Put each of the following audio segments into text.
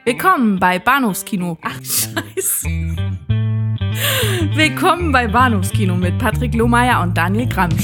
Willkommen bei Bahnhofskino. Ach, scheiße. Willkommen bei Bahnhofskino mit Patrick Lohmeier und Daniel Gramsch.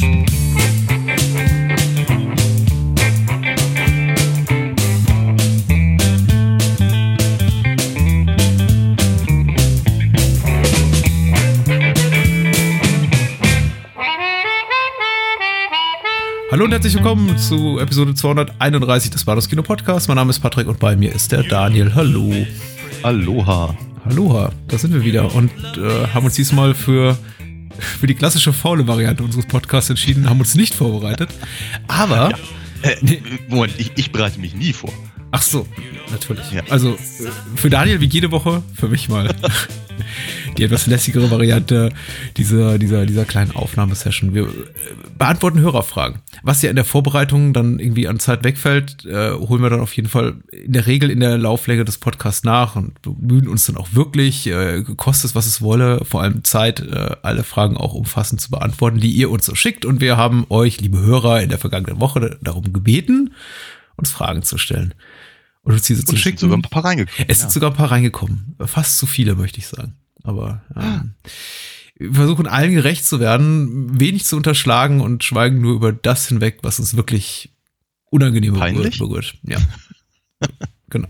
Hallo und herzlich willkommen zu Episode 231 des Bahnhofskino Podcasts. Mein Name ist Patrick und bei mir ist der Daniel. Hallo. Aloha. Aloha, da sind wir wieder und haben uns diesmal für die klassische faule Variante unseres Podcasts entschieden, haben uns nicht vorbereitet. Aber... Ja. Moment, ich bereite mich nie vor. Ach so, natürlich. Ja. Also für Daniel wie jede Woche, für mich mal die etwas lässigere Variante dieser kleinen Aufnahmesession. Wir beantworten Hörerfragen. Was ja in der Vorbereitung dann irgendwie an Zeit wegfällt, holen wir dann auf jeden Fall in der Regel in der Lauflänge des Podcasts nach und bemühen uns dann auch wirklich, kostet es, was es wolle, vor allem Zeit, alle Fragen auch umfassend zu beantworten, die ihr uns so schickt. Und wir haben euch, liebe Hörer, in der vergangenen Woche darum gebeten, uns Fragen zu stellen. Und uns diese zu schicken. Sogar ein paar reingekommen. Es sind sogar ein paar reingekommen. Fast zu viele, möchte ich sagen. Aber wir versuchen allen gerecht zu werden, wenig zu unterschlagen und schweigen nur über das hinweg, was uns wirklich unangenehm berührt. Ja, genau.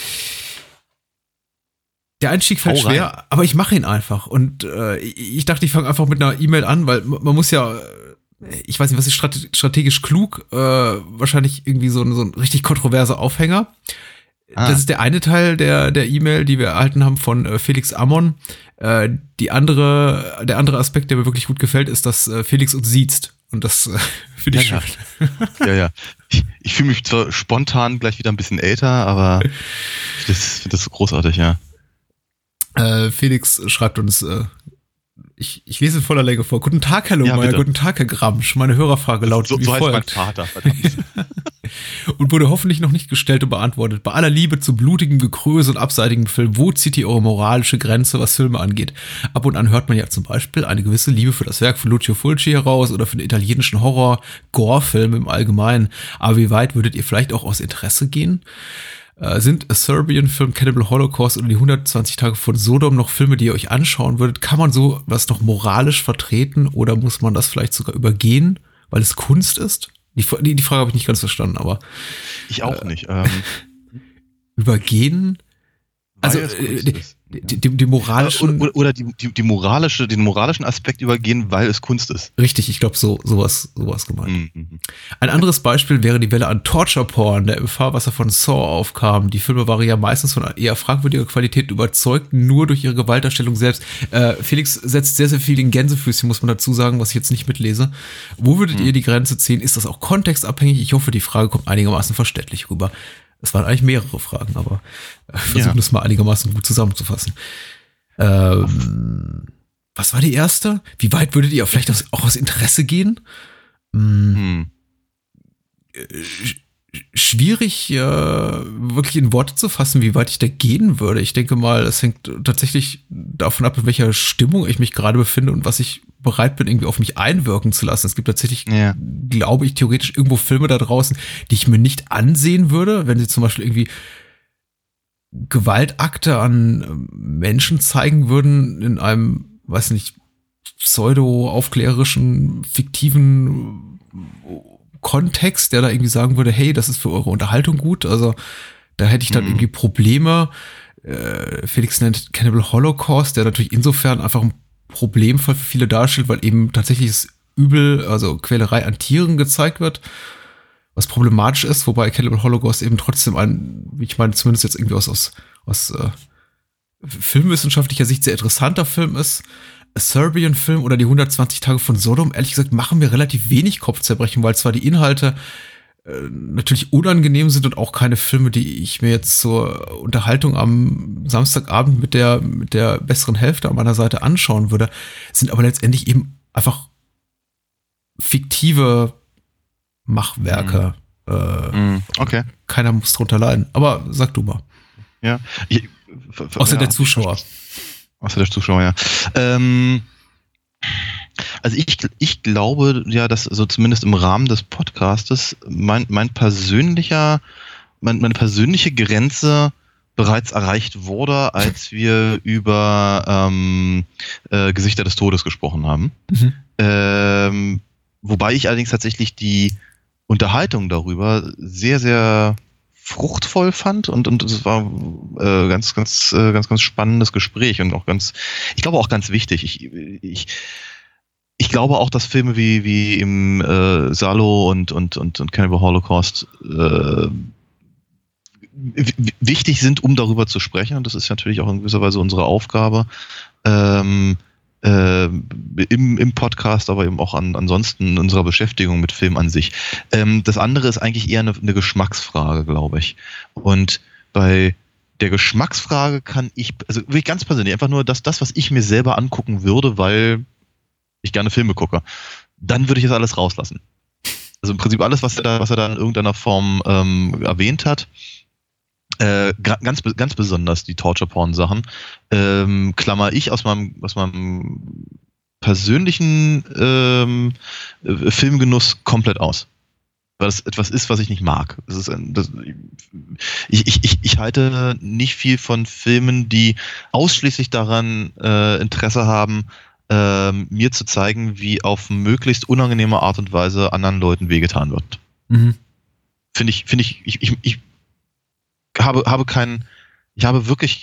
Der Einstieg fällt schwer, aber ich mache ihn einfach. Und ich dachte, ich fange einfach mit einer E-Mail an, weil man muss ja... Ich weiß nicht, was ist strategisch klug? Wahrscheinlich irgendwie so ein richtig kontroverser Aufhänger. Das ist der eine Teil der E-Mail, die wir erhalten haben von Felix Ammon. Der andere Aspekt, der mir wirklich gut gefällt, ist, dass Felix uns siezt. Und das finde ich schön. Ja. Ich fühle mich zwar spontan gleich wieder ein bisschen älter, aber ich finde das so großartig, ja. Felix schreibt uns... Ich lese in voller Länge vor. Guten Tag, Herr Lohmeier, guten Tag, Herr Gramsch. Meine Hörerfrage lautet wie folgt. So heißt mein Vater, verdammt. Und wurde hoffentlich noch nicht gestellt und beantwortet. Bei aller Liebe zu blutigem Gekröse und abseitigem Film, wo zieht ihr eure moralische Grenze, was Filme angeht? Ab und an hört man ja zum Beispiel eine gewisse Liebe für das Werk von Lucio Fulci heraus oder für den italienischen Horror-Gore-Film im Allgemeinen. Aber wie weit würdet ihr vielleicht auch aus Interesse gehen? Sind A Serbian Film, Cannibal Holocaust oder die 120 Tage von Sodom noch Filme, die ihr euch anschauen würdet? Kann man so was noch moralisch vertreten oder muss man das vielleicht sogar übergehen, weil es Kunst ist? Die Frage habe ich nicht ganz verstanden, aber... Ich auch nicht. Übergehen? Also die moralischen... Oder den moralischen Aspekt übergehen, weil es Kunst ist. Richtig, ich glaube, sowas gemeint. Mhm. Ein anderes Beispiel wäre die Welle an Torture-Porn, der im Fahrwasser von Saw aufkam. Die Filme waren ja meistens von eher fragwürdiger Qualität überzeugt, nur durch ihre Gewaltdarstellung selbst. Felix setzt sehr, sehr viel in Gänsefüßchen, muss man dazu sagen, was ich jetzt nicht mitlese. Wo würdet ihr die Grenze ziehen? Ist das auch kontextabhängig? Ich hoffe, die Frage kommt einigermaßen verständlich rüber. Es waren eigentlich mehrere Fragen, aber versuchen das mal einigermaßen gut zusammenzufassen. Was war die erste? Wie weit würdet ihr vielleicht auch aus Interesse gehen? Schwierig, wirklich in Worte zu fassen, wie weit ich da gehen würde. Ich denke mal, es hängt tatsächlich davon ab, in welcher Stimmung ich mich gerade befinde und was ich bereit bin, irgendwie auf mich einwirken zu lassen. Es gibt tatsächlich, glaube ich, theoretisch irgendwo Filme da draußen, die ich mir nicht ansehen würde, wenn sie zum Beispiel irgendwie Gewaltakte an Menschen zeigen würden in einem, weiß nicht, pseudo-aufklärerischen, fiktiven Kontext, der da irgendwie sagen würde, hey, das ist für eure Unterhaltung gut. Also da hätte ich dann irgendwie Probleme. Felix nennt Cannibal Holocaust, der natürlich insofern einfach ein Problemfall für viele darstellt, weil eben tatsächliches Übel, also Quälerei an Tieren gezeigt wird, was problematisch ist, wobei Cannibal Holocaust eben trotzdem wie ich meine, zumindest jetzt irgendwie aus filmwissenschaftlicher Sicht sehr interessanter Film ist. A Serbian Film oder die 120 Tage von Sodom, ehrlich gesagt, machen mir relativ wenig Kopfzerbrechen, weil zwar die Inhalte natürlich unangenehm sind und auch keine Filme, die ich mir jetzt zur Unterhaltung am Samstagabend mit der besseren Hälfte an meiner Seite anschauen würde, sind aber letztendlich eben einfach fiktive Machwerke. Okay. Keiner muss drunter leiden. Aber sag du mal. Ja. Außer der Zuschauer. Außer der Zuschauer, ja. Also ich glaube ja, dass so zumindest im Rahmen des Podcastes meine persönliche Grenze bereits erreicht wurde, als wir über Gesichter des Todes gesprochen haben. Wobei ich allerdings tatsächlich die Unterhaltung darüber sehr, sehr fruchtvoll fand und es war ganz spannendes Gespräch und auch ich glaube auch ganz wichtig. Ich glaube auch, dass Filme wie im Salo und Cannibal Holocaust wichtig sind, um darüber zu sprechen, und das ist natürlich auch in gewisser Weise unsere Aufgabe im Podcast, aber eben auch ansonsten in unserer Beschäftigung mit Film an sich. Das andere ist eigentlich eher eine Geschmacksfrage, glaube ich. Und bei der Geschmacksfrage kann ich, also wirklich ganz persönlich, einfach nur das, was ich mir selber angucken würde, weil ich gerne Filme gucke, dann würde ich das alles rauslassen. Also im Prinzip alles, was er da in irgendeiner Form erwähnt hat, ganz besonders die Torture-Porn-Sachen, klammer ich aus meinem persönlichen Filmgenuss komplett aus. Weil das etwas ist, was ich nicht mag. Ich halte nicht viel von Filmen, die ausschließlich daran Interesse haben, mir zu zeigen, wie auf möglichst unangenehme Art und Weise anderen Leuten wehgetan wird. Ich habe wirklich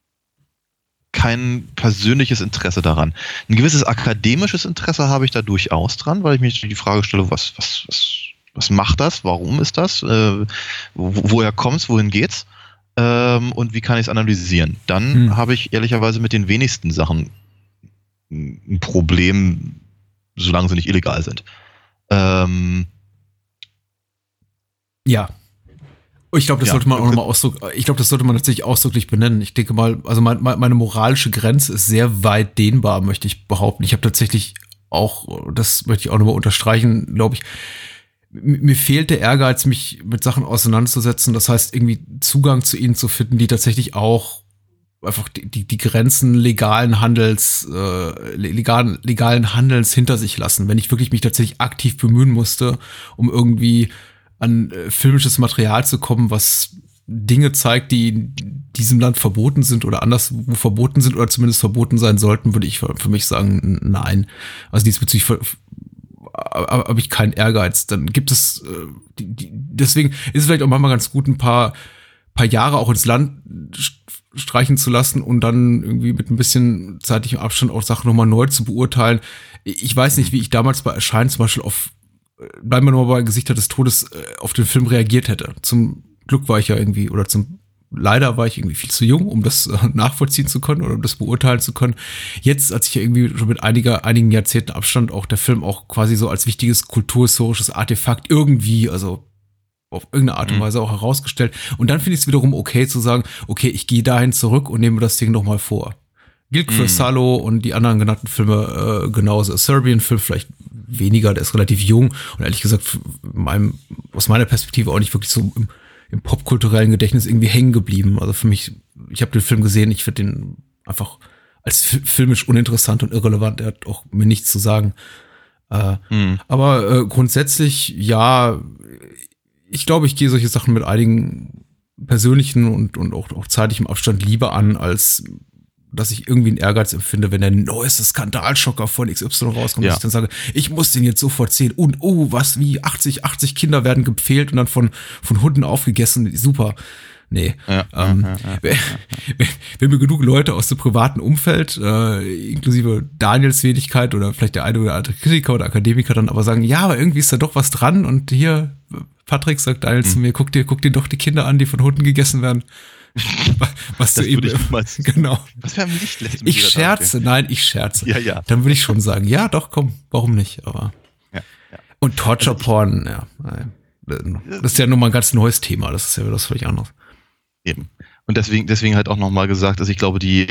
kein persönliches Interesse daran. Ein gewisses akademisches Interesse habe ich da durchaus dran, weil ich mich die Frage stelle, was macht das? Warum ist das? Woher kommt's? Wohin geht's? Und wie kann ich es analysieren? Dann habe ich ehrlicherweise mit den wenigsten Sachen ein Problem, solange sie nicht illegal sind. Ja. Ich glaube, das sollte man auch nochmal das sollte man tatsächlich ausdrücklich benennen. Ich denke mal, also meine moralische Grenze ist sehr weit dehnbar, möchte ich behaupten. Ich habe tatsächlich auch, das möchte ich auch nochmal unterstreichen, glaube ich, mir fehlt der Ehrgeiz, mich mit Sachen auseinanderzusetzen. Das heißt, irgendwie Zugang zu ihnen zu finden, die tatsächlich auch einfach die Grenzen legalen Handelns hinter sich lassen. Wenn ich wirklich mich tatsächlich aktiv bemühen musste, um irgendwie an filmisches Material zu kommen, was Dinge zeigt, die in diesem Land verboten sind oder anderswo verboten sind oder zumindest verboten sein sollten, würde ich für mich sagen, nein. Also diesbezüglich habe ich keinen Ehrgeiz. Dann gibt es, deswegen ist es vielleicht auch manchmal ganz gut, ein paar Jahre auch ins Land streichen zu lassen und dann irgendwie mit ein bisschen zeitlichem Abstand auch Sachen nochmal neu zu beurteilen. Ich weiß nicht, wie ich damals bei Erscheinen zum Beispiel bleiben wir nochmal bei Gesichter des Todes, auf den Film reagiert hätte. Zum Glück war ich ja irgendwie, leider war ich irgendwie viel zu jung, um das nachvollziehen zu können oder um das beurteilen zu können. Jetzt, als ich ja irgendwie schon mit einigen Jahrzehnten Abstand auch der Film auch quasi so als wichtiges kulturhistorisches Artefakt irgendwie, also auf irgendeine Art und Weise auch herausgestellt. Und dann finde ich es wiederum okay zu sagen, okay, ich gehe dahin zurück und nehme das Ding nochmal vor. Gilt für Salo und die anderen genannten Filme genauso. A Serbian-Film vielleicht weniger, der ist relativ jung und ehrlich gesagt aus meiner Perspektive auch nicht wirklich so im popkulturellen Gedächtnis irgendwie hängen geblieben. Also für mich, ich habe den Film gesehen, ich finde den einfach als filmisch uninteressant und irrelevant. Er hat auch mir nichts zu sagen. Aber grundsätzlich, ja, ich glaube, ich gehe solche Sachen mit einigen persönlichen und auch zeitlichem Abstand lieber an, als dass ich irgendwie einen Ehrgeiz empfinde, wenn der neueste Skandalschocker von XY rauskommt, dass ich dann sage, ich muss den jetzt sofort sehen und was, wie 80 Kinder werden gepfählt und dann von Hunden aufgegessen, super. Nee. Wenn mir genug Leute aus dem privaten Umfeld, inklusive Daniels Wenigkeit oder vielleicht der eine oder andere Kritiker oder Akademiker dann aber sagen, ja, aber irgendwie ist da doch was dran und hier, Patrick, sagt Daniel zu mir, guck dir doch die Kinder an, die von Hunden gegessen werden. Was das du eben genau. Was für ein Licht lässt du mich Ich scherze, nein, ich scherze. Ja. Dann würde ich schon sagen, ja, doch, komm, warum nicht? Aber ja. Und Torture Porn, das ist ja nochmal ein ganz neues Thema. Das ist ja wieder was völlig anderes. Eben. Und deswegen halt auch nochmal gesagt, dass ich glaube, die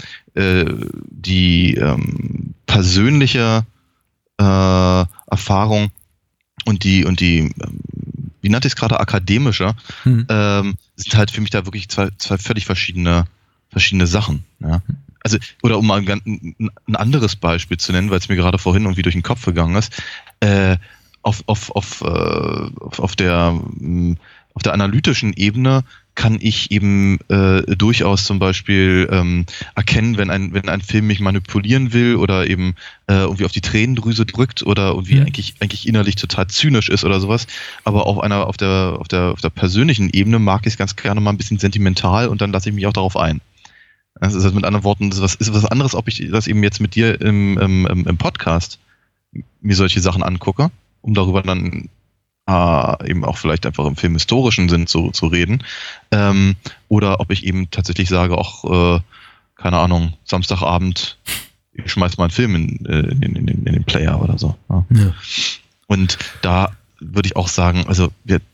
persönliche Erfahrung und die wie nannte ich es gerade, akademische, sind halt für mich da wirklich zwei völlig verschiedene Sachen. Ja? Also, oder um mal ein anderes Beispiel zu nennen, weil es mir gerade vorhin irgendwie durch den Kopf gegangen ist, auf auf der analytischen Ebene kann ich eben durchaus zum Beispiel erkennen, wenn ein Film mich manipulieren will oder eben irgendwie auf die Tränendrüse drückt oder irgendwie eigentlich innerlich total zynisch ist oder sowas. Aber auf der persönlichen Ebene mag ich es ganz gerne mal ein bisschen sentimental und dann lasse ich mich auch darauf ein. Das ist mit anderen Worten, ist was anderes, ob ich das eben jetzt mit dir im Podcast mir solche Sachen angucke, um darüber dann eben auch vielleicht einfach im filmhistorischen Sinn zu reden. Oder ob ich eben tatsächlich sage, auch, keine Ahnung, Samstagabend, ich schmeiß mal einen Film in den Player oder so. Ja. Ja. Und da würde ich auch sagen, also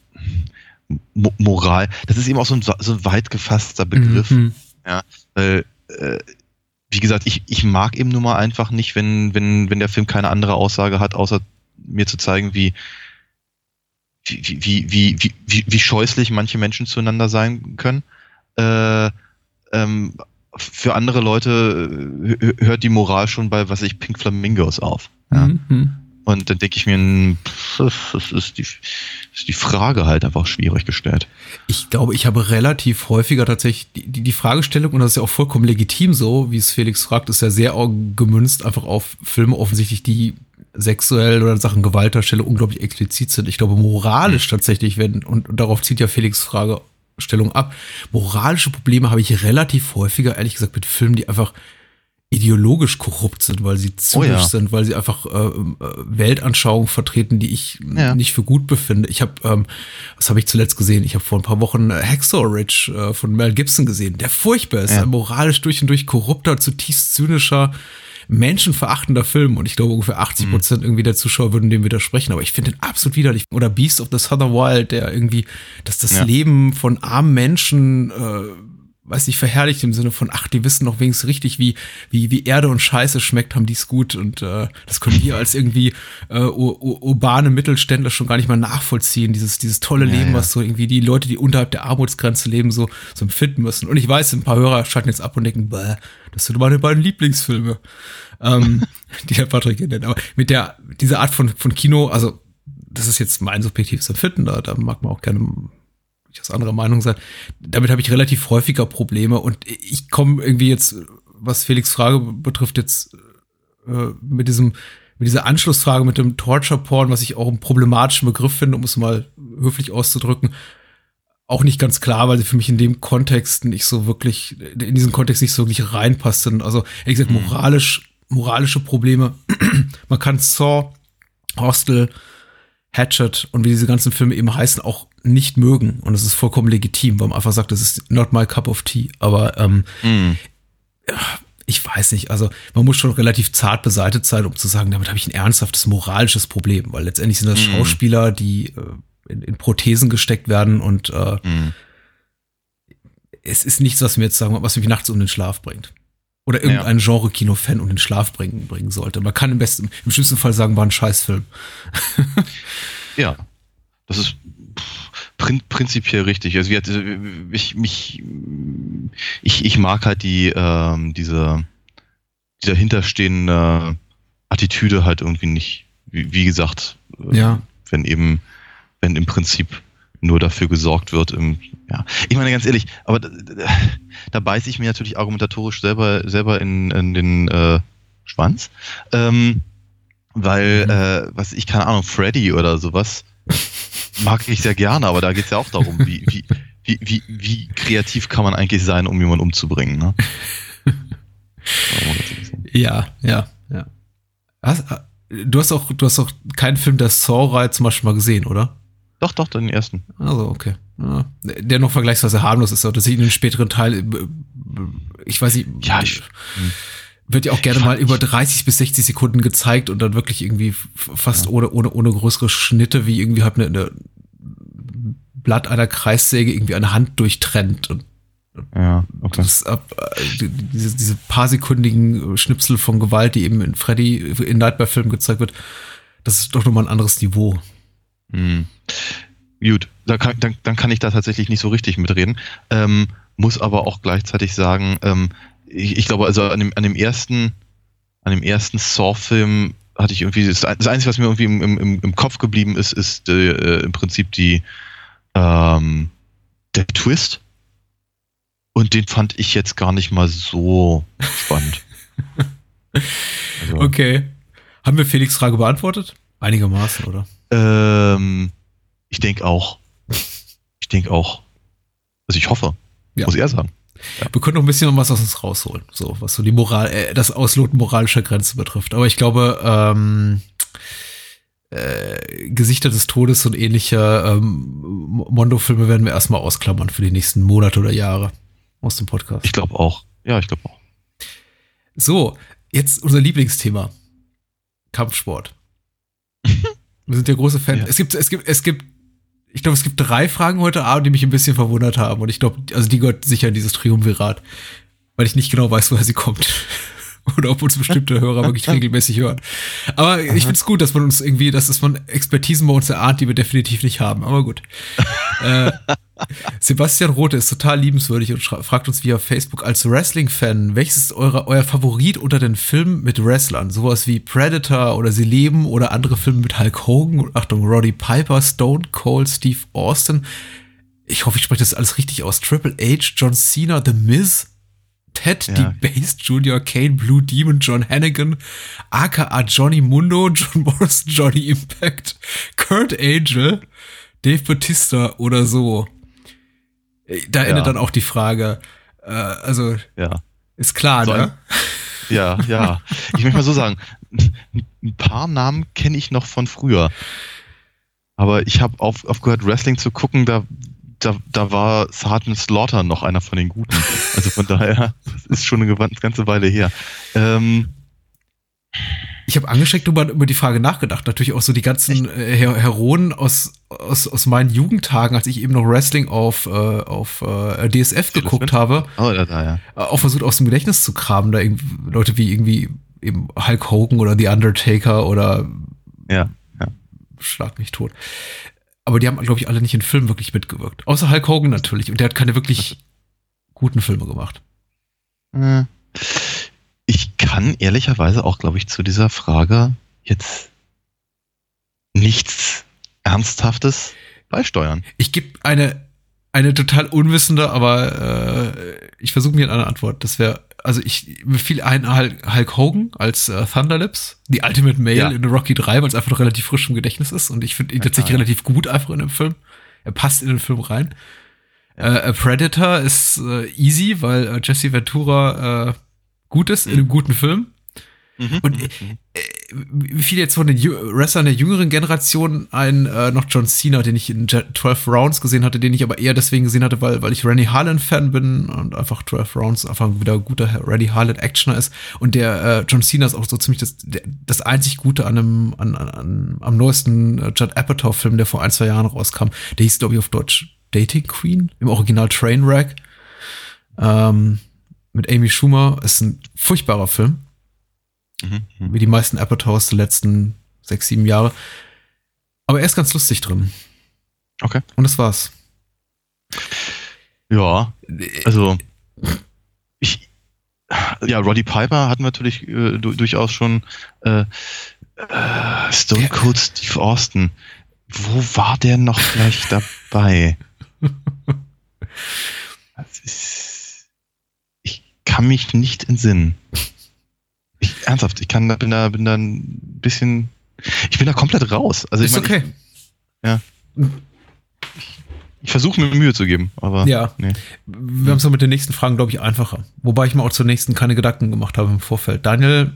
Moral, das ist eben auch so ein weit gefasster Begriff. Ja, weil, wie gesagt, ich mag eben nun mal einfach nicht, wenn der Film keine andere Aussage hat, außer mir zu zeigen, wie scheußlich manche Menschen zueinander sein können. Für andere Leute hört die Moral schon bei, was ich, Pink Flamingos auf. Ja? Und dann denke ich mir, das ist die Frage halt einfach schwierig gestellt. Ich glaube, ich habe relativ häufiger tatsächlich die Fragestellung, und das ist ja auch vollkommen legitim so, wie es Felix fragt, ist ja sehr gemünzt einfach auf Filme offensichtlich, die sexuell oder in Sachen Gewaltdarstellung unglaublich explizit sind. Ich glaube, moralisch tatsächlich werden, und darauf zieht ja Felix Fragestellung ab, moralische Probleme habe ich relativ häufiger, ehrlich gesagt, mit Filmen, die einfach ideologisch korrupt sind, weil sie zynisch sind, weil sie einfach Weltanschauungen vertreten, die ich nicht für gut befinde. Ich habe, was habe ich zuletzt gesehen? Ich habe vor ein paar Wochen Hacksaw Ridge von Mel Gibson gesehen, der furchtbar ist, ein moralisch durch und durch korrupter, zutiefst zynischer, menschenverachtender Film, und ich glaube ungefähr 80% irgendwie der Zuschauer würden dem widersprechen, aber ich finde den absolut widerlich. Oder Beast of the Southern Wild, der irgendwie, dass das Leben von armen Menschen weiß nicht, verherrlicht im Sinne von, ach, die wissen doch wenigstens richtig, wie Erde und Scheiße schmeckt, haben die es gut, und das können wir als irgendwie urbane Mittelständler schon gar nicht mal nachvollziehen, dieses tolle Leben, was so irgendwie die Leute, die unterhalb der Armutsgrenze leben, so empfinden müssen. Und ich weiß, ein paar Hörer schalten jetzt ab und denken, das sind meine beiden Lieblingsfilme, die der Patrick nennt. Aber mit dieser Art von Kino, also das ist jetzt mein subjektives Empfinden, da mag man auch gerne durchaus anderer Meinung sein. Damit habe ich relativ häufiger Probleme, und ich komme irgendwie jetzt, was Felix' Frage betrifft, jetzt mit dieser Anschlussfrage mit dem Torture-Porn, was ich auch einen problematischen Begriff finde, um es mal höflich auszudrücken, auch nicht ganz klar, weil sie für mich in dem Kontext nicht so wirklich, in diesen Kontext nicht so wirklich reinpasst. Also, ehrlich gesagt, moralische Probleme. Man kann Saw, Hostel, Hatchet und wie diese ganzen Filme eben heißen, auch nicht mögen. Und das ist vollkommen legitim, weil man einfach sagt, das ist not my cup of tea. Aber ich weiß nicht, also man muss schon relativ zart beseitigt sein, um zu sagen, damit habe ich ein ernsthaftes moralisches Problem, weil letztendlich sind das Schauspieler, die in Prothesen gesteckt werden, und es ist nichts, was mir jetzt sagen, was mich nachts um den Schlaf bringt. Oder irgendein Genre-Kino-Fan um den Schlaf bringen sollte. Man kann im schlimmsten Fall sagen, war ein Scheißfilm. Ja, das ist prinzipiell richtig. Also ich mag halt diese hinterstehende Attitüde halt irgendwie nicht. Wie gesagt, wenn im Prinzip nur dafür gesorgt wird. Ich meine, ganz ehrlich, aber da beiße ich mir natürlich argumentatorisch selber in den Schwanz, weil, keine Ahnung, Freddy oder sowas mag ich sehr gerne, aber da geht es ja auch darum, wie kreativ kann man eigentlich sein, um jemanden umzubringen, ne? Ja. Du hast auch keinen Film der Saw-Reihe zum Beispiel mal gesehen, oder? Doch, den ersten. Also, okay. Ja. Der noch vergleichsweise harmlos ist, dass ich in den späteren Teil, ich weiß nicht, wird ja auch gerne mal über 30 bis 60 Sekunden gezeigt und dann wirklich irgendwie fast ohne größere Schnitte, wie irgendwie halt eine Blatt einer Kreissäge irgendwie eine Hand durchtrennt. Und diese paar sekundigen Schnipsel von Gewalt, die eben in Nightmare-Filmen gezeigt wird, das ist doch nochmal ein anderes Niveau. Gut, dann kann ich da tatsächlich nicht so richtig mitreden. Muss aber auch gleichzeitig sagen, ich glaube, also an dem ersten Saw-Film hatte ich irgendwie, das Einzige, was mir irgendwie im Kopf geblieben ist im Prinzip die der Twist. Und den fand ich jetzt gar nicht mal so spannend. Also. Okay. Haben wir Felix' Frage beantwortet? Einigermaßen, oder? Ich denke auch. Also ich hoffe. Ja. Muss er sagen. Ja. Wir können noch ein bisschen was aus uns rausholen. So, was so die Moral, das Ausloten moralischer Grenzen betrifft. Aber ich glaube, Gesichter des Todes und ähnliche Mondo-Filme werden wir erstmal ausklammern für die nächsten Monate oder Jahre aus dem Podcast. Ich glaube auch. Ja, ich glaube auch. So, jetzt unser Lieblingsthema. Kampfsport. Wir sind ja große Fans. Ja. Es gibt 3 Fragen heute Abend, die mich ein bisschen verwundert haben. Und ich glaube, also die gehört sicher in dieses Triumvirat. Weil ich nicht genau weiß, woher sie kommt. Oder ob uns bestimmte Hörer wirklich regelmäßig hören. Aber ich finde es gut, dass man uns irgendwie, dass man Expertisen bei uns erahnt, die wir definitiv nicht haben. Aber gut. Sebastian Rothe ist total liebenswürdig und fragt uns via Facebook als Wrestling-Fan, welches ist euer Favorit unter den Filmen mit Wrestlern? Sowas wie Predator oder Sie leben oder andere Filme mit Hulk Hogan, Achtung, Roddy Piper, Stone Cold, Steve Austin. Ich hoffe, ich spreche das alles richtig aus. Triple H, John Cena, The Miz, Ted DeBase Jr., Kane, Blue Demon, John Hannigan, aka Johnny Mundo, John Morrison, Johnny Impact, Kurt Angle, Dave Bautista oder so. Da endet dann auch die Frage. Ist klar, so ne? Ja. Ich möchte mal so sagen, ein paar Namen kenne ich noch von früher. Aber ich habe aufgehört, Wrestling zu gucken, da war Sergeant Slaughter noch einer von den Guten. Also von daher, das ist schon eine ganze Weile her. Ich habe angesteckt über die Frage nachgedacht. Natürlich auch so die ganzen Heroen aus meinen Jugendtagen, als ich eben noch Wrestling auf DSF geguckt habe. Oh, ja. Auch versucht aus dem Gedächtnis zu kramen. Da Leute wie irgendwie eben Hulk Hogan oder The Undertaker oder Schlag mich tot. Aber die haben, glaube ich, alle nicht in Filmen wirklich mitgewirkt. Außer Hulk Hogan natürlich. Und der hat keine wirklich guten Filme gemacht. Ich kann ehrlicherweise auch, glaube ich, zu dieser Frage jetzt nichts Ernsthaftes beisteuern. Ich gebe eine total unwissende, aber ich versuche mir eine Antwort. Das wäre, also mir fiel ein Hulk Hogan als Thunderlips, die Ultimate Male in Rocky 3, weil es einfach noch relativ frisch im Gedächtnis ist und ich finde ihn tatsächlich relativ gut einfach in dem Film. Er passt in den Film rein. Predator ist easy, weil Jesse Ventura gut ist in einem guten Film. Und wie viel jetzt von den Wrestlern der jüngeren Generation noch John Cena, den ich in 12 Rounds gesehen hatte, den ich aber eher deswegen gesehen hatte, weil ich Rennie Harlan-Fan bin und einfach 12 Rounds einfach wieder ein guter Rennie Harlan-Actioner ist. Und der John Cena ist auch so ziemlich das einzig Gute am neuesten Judd Apatow-Film, der vor 1-2 Jahren rauskam. Der hieß, glaube ich, auf Deutsch Dating Queen, im Original Trainwreck. Mit Amy Schumer. Ist ein furchtbarer Film. Wie die meisten Apatows der letzten 6-7 Jahre. Aber er ist ganz lustig drin. Okay. Und das war's. Ja, also Roddy Piper hatten wir natürlich durchaus schon. Stone Cold Steve Austin. Wo war der noch gleich dabei? Ich kann mich nicht entsinnen. Ernsthaft, bin da ein bisschen, ich bin da komplett raus. Also ist okay. Ich versuche mir Mühe zu geben, aber nee. Wir haben es ja mit den nächsten Fragen, glaube ich, einfacher. Wobei ich mir auch zur nächsten keine Gedanken gemacht habe im Vorfeld. Daniel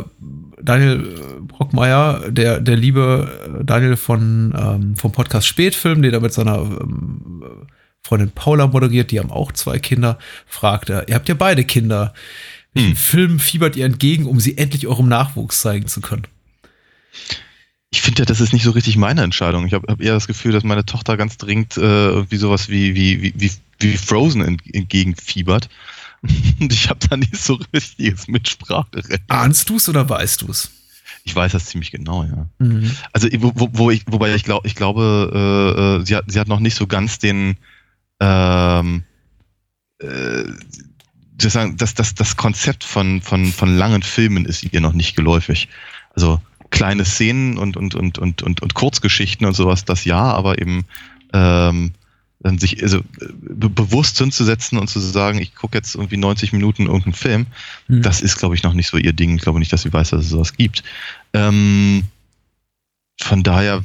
Brockmeier, der liebe Daniel vom Podcast Spätfilm, der da mit seiner Freundin Paula moderiert, die haben auch 2 Kinder, fragt, ihr habt ja beide Kinder. Welchen Film fiebert ihr entgegen, um sie endlich eurem Nachwuchs zeigen zu können? Ich finde ja, das ist nicht so richtig meine Entscheidung. Ich habe eher das Gefühl, dass meine Tochter ganz dringend irgendwie sowas wie Frozen entgegenfiebert. Und ich habe da nicht so richtiges Mitspracherecht. Ahnst du es oder weißt du es? Ich weiß das ziemlich genau, ja. Also wobei ich glaube, sie hat noch nicht so ganz den das Konzept von langen Filmen ist ihr noch nicht geläufig. Also kleine Szenen und Kurzgeschichten und sowas, das ja, aber eben dann sich bewusst hinzusetzen und zu sagen, ich gucke jetzt irgendwie 90 Minuten irgendeinen Film, das ist, glaube ich, noch nicht so ihr Ding. Ich glaube nicht, dass sie weiß, dass es sowas gibt. Von daher,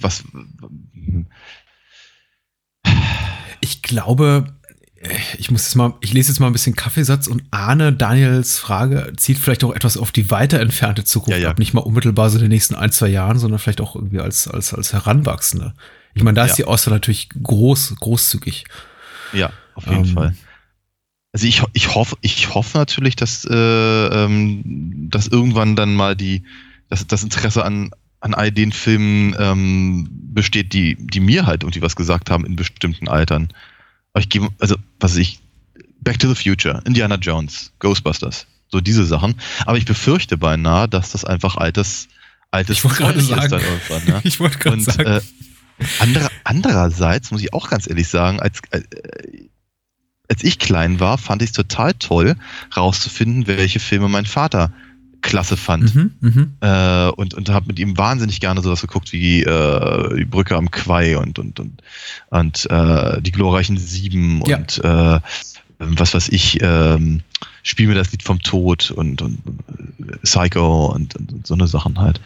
ich glaube, ich lese jetzt mal ein bisschen Kaffeesatz und ahne, Daniels Frage zielt vielleicht auch etwas auf die weiter entfernte Zukunft ab. Nicht mal unmittelbar so in den nächsten 1-2 Jahren, sondern vielleicht auch irgendwie als Heranwachsende. Ich meine, da ist die Auswahl natürlich großzügig. Ja, auf jeden Fall. Also ich hoffe natürlich, dass irgendwann dann mal das Interesse an all den Filmen besteht, die mir halt irgendwie was gesagt haben in bestimmten Altern. Aber Back to the Future, Indiana Jones, Ghostbusters, so diese Sachen. Aber ich befürchte beinahe, dass das einfach altes ich wollte gerade sagen. Dann irgendwann. Ne? Ich wollte gerade sagen. Andererseits muss ich auch ganz ehrlich sagen, als ich klein war, fand ich es total toll, rauszufinden, welche Filme mein Vater klasse fand. Und habe mit ihm wahnsinnig gerne sowas geguckt wie die Brücke am Quai und die glorreichen 7 und was weiß ich, Spiel mir das Lied vom Tod und Psycho und so eine Sachen halt.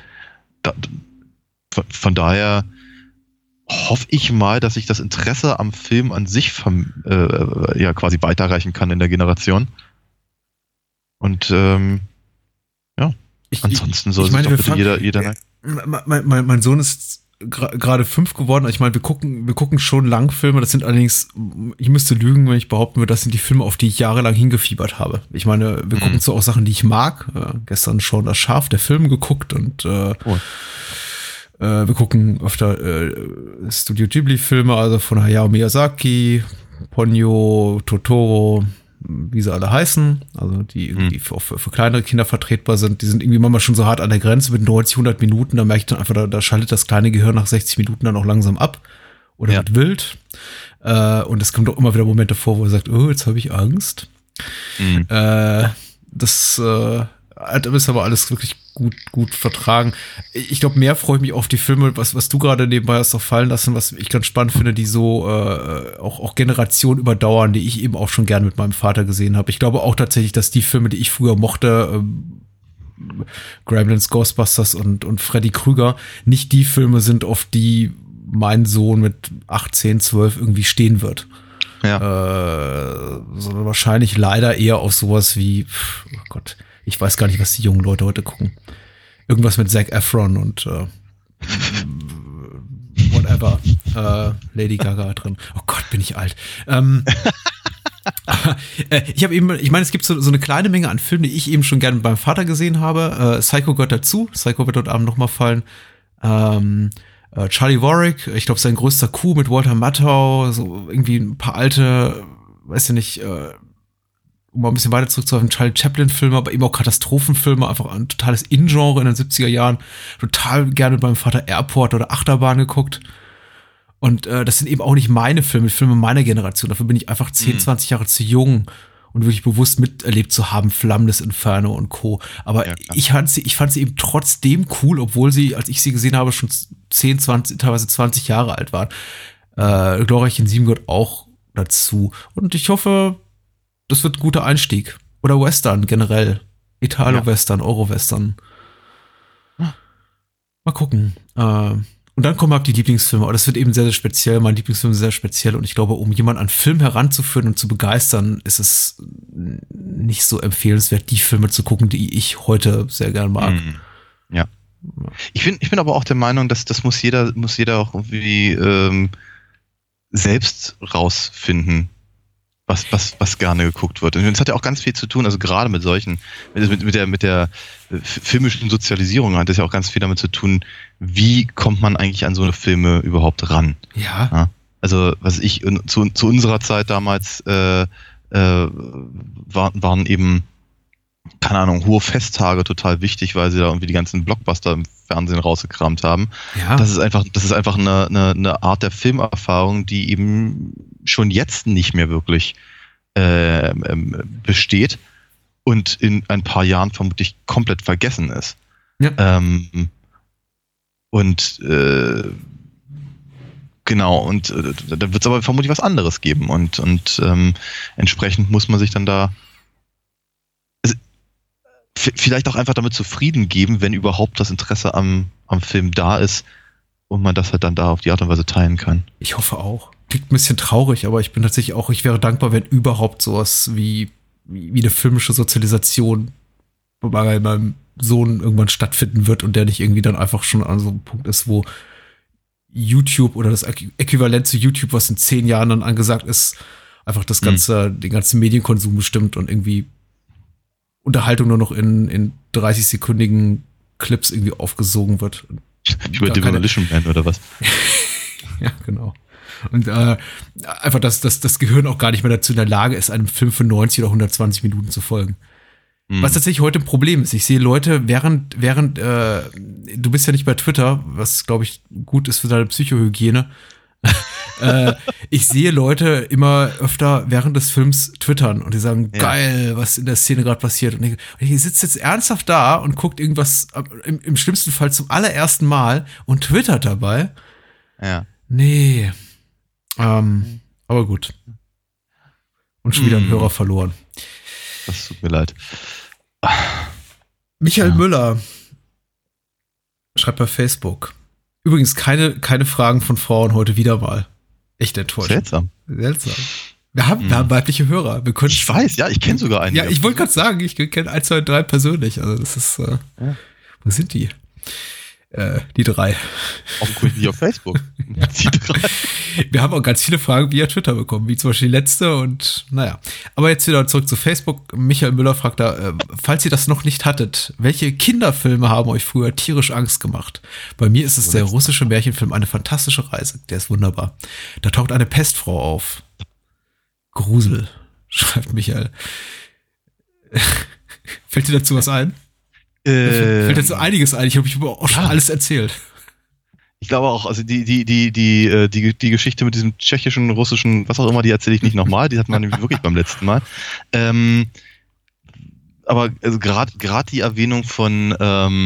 Von daher hoffe ich mal, dass ich das Interesse am Film an sich quasi weiterreichen kann in der Generation. Und ansonsten soll sich doch bitte jeder mein Sohn ist gerade 5 geworden. Ich meine, wir gucken schon Langfilme. Das sind allerdings, ich müsste lügen, wenn ich behaupten würde, das sind die Filme, auf die ich jahrelang hingefiebert habe. Ich meine, wir gucken so auch Sachen, die ich mag. Gestern schon das Schaf, der Film geguckt und wir gucken öfter Studio Ghibli-Filme, also von Hayao Miyazaki, Ponyo, Totoro, wie sie alle heißen, also die irgendwie für kleinere Kinder vertretbar sind. Die sind irgendwie manchmal schon so hart an der Grenze mit 90, 100 Minuten. Da merke ich dann einfach, da schaltet das kleine Gehirn nach 60 Minuten dann auch langsam ab oder wird wild. Und es kommt auch immer wieder Momente vor, wo er sagt, oh, jetzt habe ich Angst. Das ist aber alles wirklich gut vertragen. Ich glaube, mehr freue ich mich auf die Filme, was du gerade nebenbei hast auch fallen lassen, was ich ganz spannend finde, die so auch Generationen überdauern, die ich eben auch schon gern mit meinem Vater gesehen habe. Ich glaube auch tatsächlich, dass die Filme, die ich früher mochte, Gremlins, Ghostbusters und Freddy Krüger, nicht die Filme sind, auf die mein Sohn mit 8, 10, 12 irgendwie stehen wird. Sondern wahrscheinlich leider eher auf sowas wie, oh Gott, ich weiß gar nicht, was die jungen Leute heute gucken. Irgendwas mit Zac Efron und whatever. Lady Gaga drin. Oh Gott, bin ich alt. Ich meine, es gibt so eine kleine Menge an Filmen, die ich eben schon gerne mit meinem Vater gesehen habe. Psycho gehört dazu. Psycho wird dort Abend nochmal fallen. Charlie Warwick, ich glaube, sein größter Coup mit Walter Matthau, so irgendwie ein paar alte, weiß ich nicht, um mal ein bisschen weiter zurückzuhalten, Charlie Chaplin-Filme, aber eben auch Katastrophenfilme, einfach ein totales In-Genre in den 70er Jahren. Total gerne mit meinem Vater Airport oder Achterbahn geguckt. Und das sind eben auch nicht meine Filme meiner Generation. Dafür bin ich einfach 10, 20 Jahre zu jung und wirklich bewusst miterlebt zu haben, Flammendes Inferno und Co. Aber ich fand sie eben trotzdem cool, obwohl sie, als ich sie gesehen habe, schon 10, 20, teilweise 20 Jahre alt waren. Glorreichen 7 gehört auch dazu. Und ich hoffe, das wird ein guter Einstieg. Oder Western generell. Italo-Western, Euro-Western. Mal gucken. Und dann kommen halt die Lieblingsfilme. Aber das wird eben sehr, sehr speziell. Mein Lieblingsfilm ist sehr speziell. Und ich glaube, um jemanden an Film heranzuführen und zu begeistern, ist es nicht so empfehlenswert, die Filme zu gucken, die ich heute sehr gern mag. Ja. Ich bin aber auch der Meinung, dass das muss jeder auch irgendwie selbst rausfinden, was gerne geguckt wird. Und es hat ja auch ganz viel zu tun, also gerade mit solchen, mit der filmischen Sozialisierung hat das ja auch ganz viel damit zu tun, wie kommt man eigentlich an so eine Filme überhaupt ran? Ja. Also, zu unserer Zeit damals waren eben, keine Ahnung, hohe Festtage total wichtig, weil sie da irgendwie die ganzen Blockbuster im Fernsehen rausgekramt haben. Ja. Das ist einfach eine Art der Filmerfahrung, die eben schon jetzt nicht mehr wirklich besteht und in ein paar Jahren vermutlich komplett vergessen ist. Ja. Genau, und da wird es aber vermutlich was anderes geben und entsprechend muss man sich dann da vielleicht auch einfach damit zufrieden geben, wenn überhaupt das Interesse am Film da ist und man das halt dann da auf die Art und Weise teilen kann. Ich hoffe auch. Klingt ein bisschen traurig, aber ich bin tatsächlich auch, ich wäre dankbar, wenn überhaupt sowas wie eine filmische Sozialisation bei meinem Sohn irgendwann stattfinden wird und der nicht irgendwie dann einfach schon an so einem Punkt ist, wo YouTube oder das Äquivalent zu YouTube, was in 10 Jahren dann angesagt ist, einfach das ganze, den ganzen Medienkonsum bestimmt und irgendwie Unterhaltung nur noch in 30-sekündigen Clips irgendwie aufgesogen wird. Über Demolition Man oder was? Ja, genau. Und einfach, dass das Gehirn auch gar nicht mehr dazu in der Lage ist, einem Film für 90 oder 120 Minuten zu folgen. Was tatsächlich heute ein Problem ist. Ich sehe Leute, während du bist ja nicht bei Twitter, was, glaube ich, gut ist für deine Psychohygiene. Ich sehe Leute immer öfter während des Films twittern und die sagen, geil, was in der Szene gerade passiert. Und ich sitze jetzt ernsthaft da und guckt irgendwas im schlimmsten Fall zum allerersten Mal und twittert dabei. Ja. Nee. Aber gut. Und schon wieder einen Hörer verloren. Das tut mir leid. Michael Müller schreibt bei Facebook. Übrigens keine Fragen von Frauen heute wieder mal. Echt enttäuschend. Seltsam. Wir haben weibliche Hörer. Ich weiß, ja, ich kenne sogar einen. Ja, ich wollte gerade sagen, ich kenne 1, 2, 3 persönlich. Also das ist, wo sind die? Die 3. Offenkundig nicht auf Facebook. Die 3. Wir haben auch ganz viele Fragen via Twitter bekommen, wie zum Beispiel die letzte und naja. Aber jetzt wieder zurück zu Facebook. Michael Müller fragt da, falls ihr das noch nicht hattet, welche Kinderfilme haben euch früher tierisch Angst gemacht? Bei mir ist es der russische Märchenfilm Eine fantastische Reise. Der ist wunderbar. Da taucht eine Pestfrau auf. Grusel, schreibt Michael. Fällt dir dazu was ein? Fällt jetzt so einiges ein. Ich habe auch schon alles erzählt. Ich glaube auch, also die Geschichte mit diesem tschechischen, russischen, was auch immer, die erzähle ich nicht nochmal. Die hat man nämlich wirklich beim letzten Mal. Aber also gerade die Erwähnung von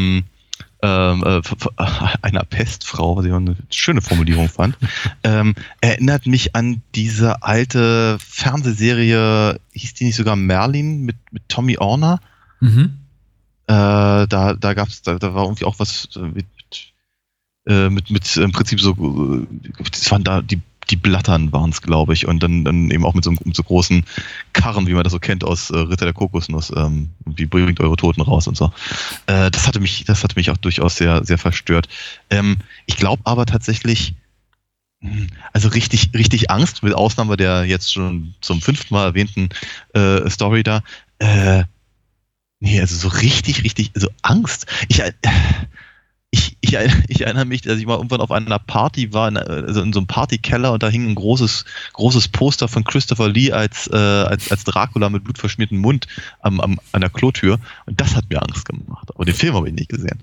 einer Pestfrau, was ich auch eine schöne Formulierung fand, erinnert mich an diese alte Fernsehserie, hieß die nicht sogar Merlin mit Tommy Orner? Mhm. Da war irgendwie auch was mit im Prinzip so, das waren da die Blattern waren es, glaube ich, und dann eben auch mit so großen Karren, wie man das so kennt aus Ritter der Kokosnuss, wie bringt eure Toten raus und so. Das hatte mich auch durchaus sehr, sehr verstört. Ich glaube aber tatsächlich, also richtig Angst, mit Ausnahme der jetzt schon zum 5. Mal erwähnten Story da, nee, also so richtig, also Angst. Ich erinnere mich, dass ich mal irgendwann auf einer Party war, also in so einem Partykeller, und da hing ein großes Poster von Christopher Lee als Dracula mit blutverschmiertem Mund an der Klotür, und das hat mir Angst gemacht. Aber den Film habe ich nicht gesehen.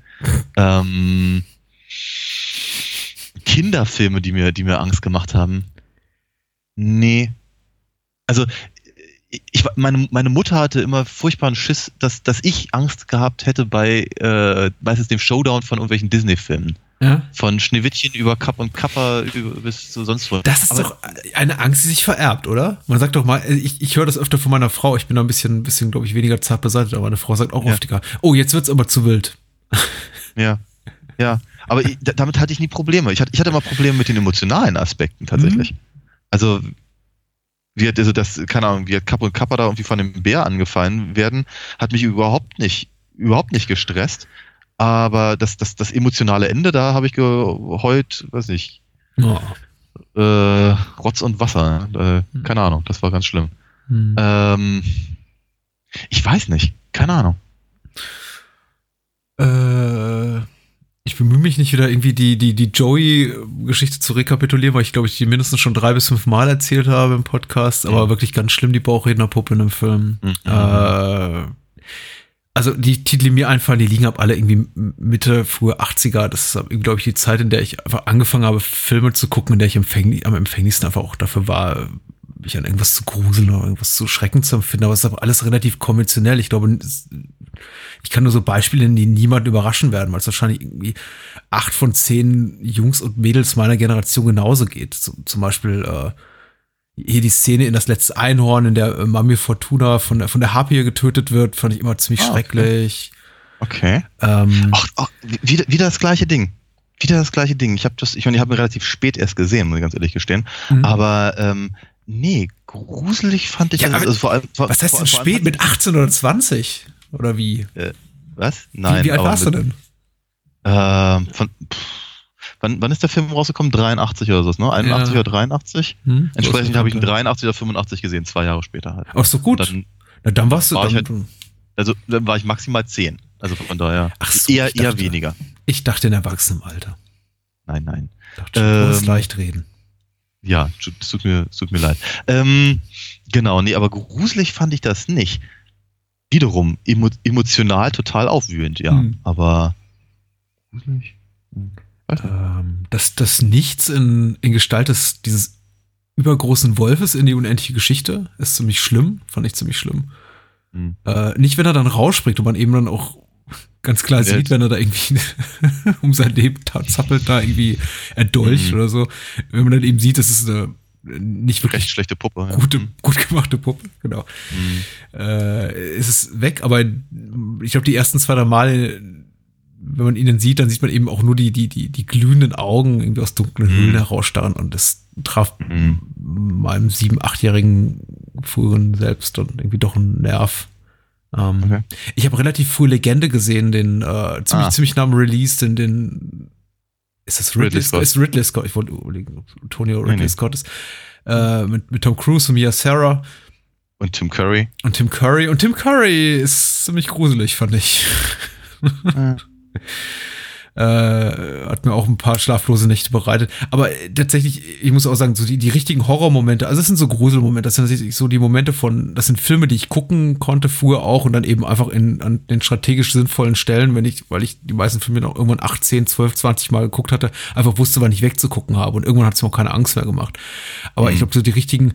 Kinderfilme, die mir Angst gemacht haben. Nee. Also meine Mutter hatte immer furchtbaren Schiss, dass ich Angst gehabt hätte bei meistens dem Showdown von irgendwelchen Disney-Filmen. Ja? Von Schneewittchen über Kapp und Kappa bis zu sonst wo. Das ist doch eine Angst, die sich vererbt, oder? Man sagt doch mal, ich höre das öfter von meiner Frau, ich bin da ein bisschen glaube ich, weniger zart beseitigt, aber meine Frau sagt auch oft, oh, jetzt wird's aber zu wild. Ja. Aber damit hatte ich nie Probleme. Ich hatte immer Probleme mit den emotionalen Aspekten tatsächlich. Also keine Ahnung, wie Kapp und Kappa da irgendwie von dem Bär angefallen werden, hat mich überhaupt nicht gestresst. Aber das emotionale Ende, da habe ich geheult, weiß ich, Rotz und Wasser. Keine Ahnung, das war ganz schlimm. Ich weiß nicht, keine Ahnung. Ich bemühe mich nicht wieder irgendwie die Joey-Geschichte zu rekapitulieren, weil ich glaube, ich die mindestens schon 3 bis 5 Mal erzählt habe im Podcast, aber wirklich ganz schlimm, die Bauchrednerpuppe in einem Film. Also die Titel, die mir einfallen, die liegen ab alle irgendwie Mitte, frühe 80er. Das ist, glaube ich, die Zeit, in der ich einfach angefangen habe, Filme zu gucken, in der ich am empfänglichsten einfach auch dafür war, mich an irgendwas zu gruseln oder irgendwas zu schreckend zu empfinden. Aber es ist aber alles relativ konventionell. Ich glaube, ich kann nur so Beispiele nennen, die niemanden überraschen werden, weil es wahrscheinlich irgendwie 8 von 10 Jungs und Mädels meiner Generation genauso geht. Zum Beispiel hier die Szene in Das letzte Einhorn, in der Mami Fortuna von der Harpie getötet wird, fand ich immer ziemlich schrecklich. Okay. Wieder das gleiche Ding. Wieder das gleiche Ding. Ich habe ihn relativ spät erst gesehen, muss ich ganz ehrlich gestehen. Aber nee, gruselig fand ich. Ja, vor allem, was heißt denn spät? Mit 18 oder 20? Oder wie? Was? Nein. Wie alt warst du denn? Wann ist der Film rausgekommen? 83 oder so, ne? 81 oder 83? Entsprechend habe ich ihn 83 oder 85 gesehen, 2 Jahre später halt. Ach so, gut. Dann warst du dann war ich maximal 10. Also von daher eher weniger. Ich dachte in Erwachsenenalter. Nein. Ich dachte, du musst leicht reden. Ja, es tut mir leid. Genau, nee, aber gruselig fand ich das nicht. Wiederum emotional total aufwühlend, ja. Aber gruselig? Das Nichts in Gestalt dieses übergroßen Wolfes in die unendliche Geschichte ist ziemlich schlimm, fand ich ziemlich schlimm. Nicht, wenn er dann rausspringt und man eben dann auch ganz klar sieht, wenn er da irgendwie um sein Leben zappelt, da irgendwie erdolcht oder so. Wenn man dann eben sieht, das ist eine nicht wirklich recht schlechte Puppe. Gut gemachte Puppe, genau. Es ist weg, aber ich glaube, die ersten 2, 3 Mal, wenn man ihn dann sieht man eben auch nur die glühenden Augen irgendwie aus dunklen Höhlen herausstarren und das traf meinem 7-, 8-jährigen früheren Selbst dann irgendwie doch einen Nerv. Okay. Ich habe relativ früh Legende gesehen, den ziemlich nach dem Release, den ist das Ridley Scott? Ist Ridley Scott. Ich wollte überlegen, ob Antonio Ridley Scott ist. Mit Tom Cruise und Mia Sara. Und Tim Curry. Und Tim Curry ist ziemlich gruselig, fand ich. Hat mir auch ein paar schlaflose Nächte bereitet. Aber tatsächlich, ich muss auch sagen, so die richtigen Horrormomente, also das sind so Gruselmomente, das sind tatsächlich so die Momente das sind Filme, die ich gucken konnte früher auch und dann eben einfach an den strategisch sinnvollen Stellen, weil ich die meisten Filme noch irgendwann 8, 10, 12, 20 Mal geguckt hatte, einfach wusste, wann ich wegzugucken habe und irgendwann hat es mir auch keine Angst mehr gemacht. Aber ich glaube, so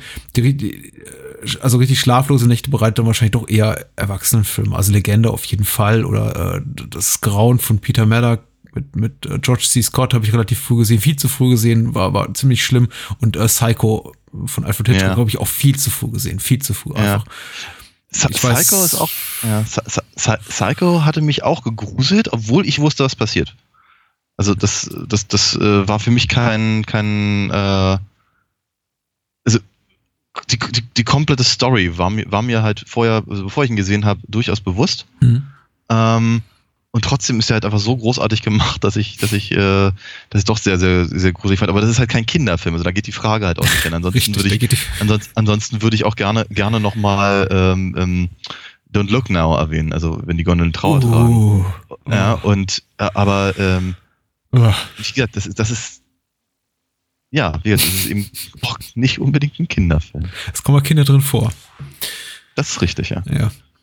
also richtig schlaflose Nächte bereitet dann wahrscheinlich doch eher Erwachsenenfilme, also Legende auf jeden Fall oder das Grauen von Peter Maddock mit George C. Scott habe ich relativ früh gesehen, viel zu früh gesehen, war ziemlich schlimm und Psycho von Alfred Hitchcock habe ich auch viel zu früh gesehen, viel zu früh einfach. Psycho ist auch, Psycho hatte mich auch gegruselt, obwohl ich wusste, was passiert. Also das war für mich kein also die komplette Story war mir halt vorher, also bevor ich ihn gesehen habe, durchaus bewusst. Und trotzdem ist er halt einfach so großartig gemacht, dass ich doch sehr, sehr, sehr gruselig fand. Aber das ist halt kein Kinderfilm, also da geht die Frage halt auch nicht hin. Ansonsten würde ich auch gerne nochmal Don't Look Now erwähnen, also wenn die Gondeln Trauer tragen. Ja, und aber wie gesagt, das ist eben auch nicht unbedingt ein Kinderfilm. Es kommen mal Kinder drin vor. Das ist richtig, ja.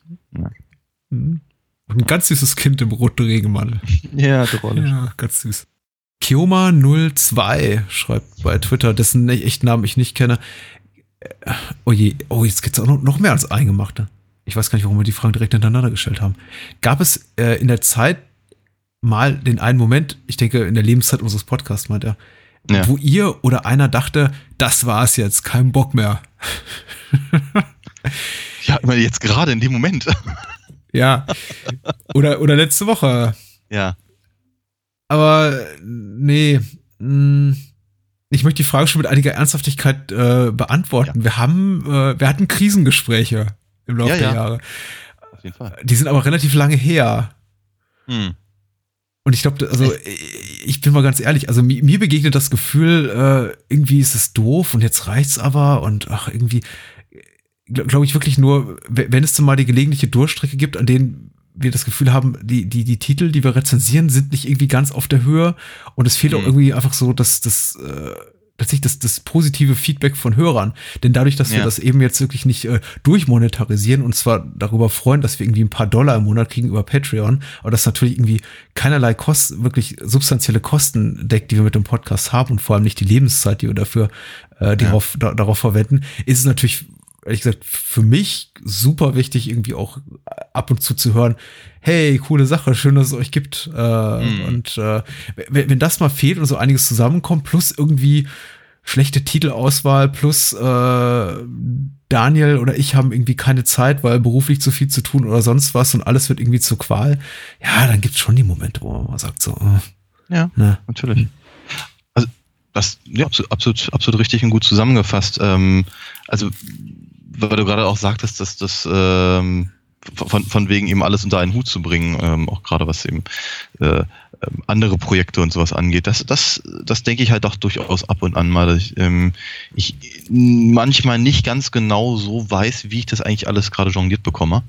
Ein ganz süßes Kind im roten Regenmantel. Ja, drollig. Ja, ganz süß. Kioma02 schreibt bei Twitter, dessen echten Namen ich nicht kenne. Oh je, jetzt gibt's auch noch mehr als Eingemachte. Ich weiß gar nicht, warum wir die Fragen direkt hintereinander gestellt haben. Gab es in der Zeit mal den einen Moment, ich denke in der Lebenszeit unseres Podcasts meint er, wo ihr oder einer dachte, das war's jetzt, kein Bock mehr? Ja, ich meine, jetzt gerade in dem Moment. Ja, oder letzte Woche. Ja. Aber nee, ich möchte die Frage schon mit einiger Ernsthaftigkeit beantworten. Ja. Wir hatten Krisengespräche im Laufe der Jahre. Auf jeden Fall. Die sind aber relativ lange her. Und ich glaube, also ich bin mal ganz ehrlich, also mir begegnet das Gefühl, irgendwie ist es doof und jetzt reicht's aber und irgendwie glaube ich wirklich nur, wenn es zumal die gelegentliche Durchstrecke gibt, an denen wir das Gefühl haben, die Titel, die wir rezensieren, sind nicht irgendwie ganz auf der Höhe und es fehlt auch irgendwie einfach so tatsächlich das positive Feedback von Hörern. Denn dadurch, dass wir das eben jetzt wirklich nicht durchmonetarisieren und zwar darüber freuen, dass wir irgendwie ein paar $1 im Monat kriegen über Patreon, aber das natürlich irgendwie keinerlei wirklich substanzielle Kosten deckt, die wir mit dem Podcast haben und vor allem nicht die Lebenszeit, die wir dafür darauf verwenden, ist es natürlich ehrlich gesagt, für mich super wichtig, irgendwie auch ab und zu hören, hey, coole Sache, schön, dass es euch gibt. Und wenn das mal fehlt und so einiges zusammenkommt, plus irgendwie schlechte Titelauswahl, plus Daniel oder ich haben irgendwie keine Zeit, weil beruflich zu viel zu tun oder sonst was und alles wird irgendwie zur Qual, ja, dann gibt's schon die Momente, wo man sagt so, ja, natürlich. Also das, ja, absolut richtig und gut zusammengefasst. Also, weil du gerade auch sagtest, dass das von wegen eben alles unter einen Hut zu bringen, auch gerade was eben andere Projekte und sowas angeht, das denke ich halt auch durchaus ab und an mal, dass ich manchmal nicht ganz genau so weiß, wie ich das eigentlich alles gerade jongliert bekomme.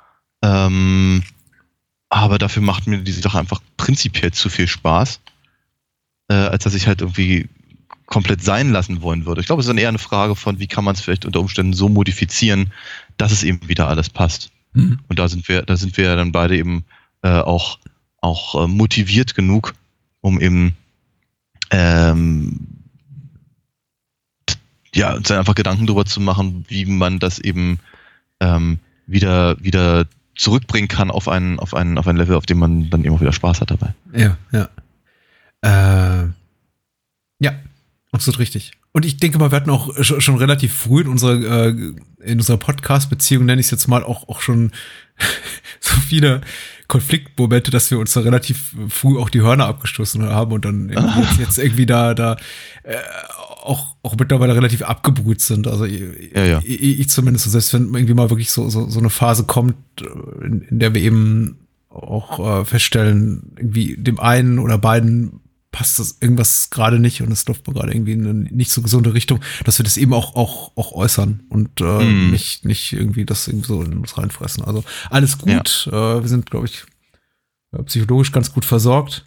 Aber dafür macht mir diese Sache einfach prinzipiell zu viel Spaß, als dass ich halt irgendwie komplett sein lassen wollen würde. Ich glaube, es ist dann eher eine Frage von, wie kann man es vielleicht unter Umständen so modifizieren, dass es eben wieder alles passt. Mhm. Und da sind wir ja dann beide eben auch motiviert genug, um eben uns dann einfach Gedanken darüber zu machen, wie man das eben wieder zurückbringen kann auf ein Level, auf dem man dann eben auch wieder Spaß hat dabei. Ja, absolut richtig. Und ich denke mal, wir hatten auch schon relativ früh in unserer Podcast-Beziehung, nenne ich es jetzt mal, auch schon so viele Konfliktmomente, dass wir uns da relativ früh auch die Hörner abgestoßen haben und dann jetzt irgendwie da auch mittlerweile relativ abgebrüht sind. Also ich zumindest, selbst wenn irgendwie mal wirklich so eine Phase kommt, in der wir eben auch feststellen, irgendwie dem einen oder beiden passt das irgendwas gerade nicht und es läuft mal gerade irgendwie in eine nicht so gesunde Richtung, dass wir das eben auch äußern und nicht irgendwie das irgendwie so in uns reinfressen. Also alles gut. Ja. Wir sind, glaube ich, psychologisch ganz gut versorgt.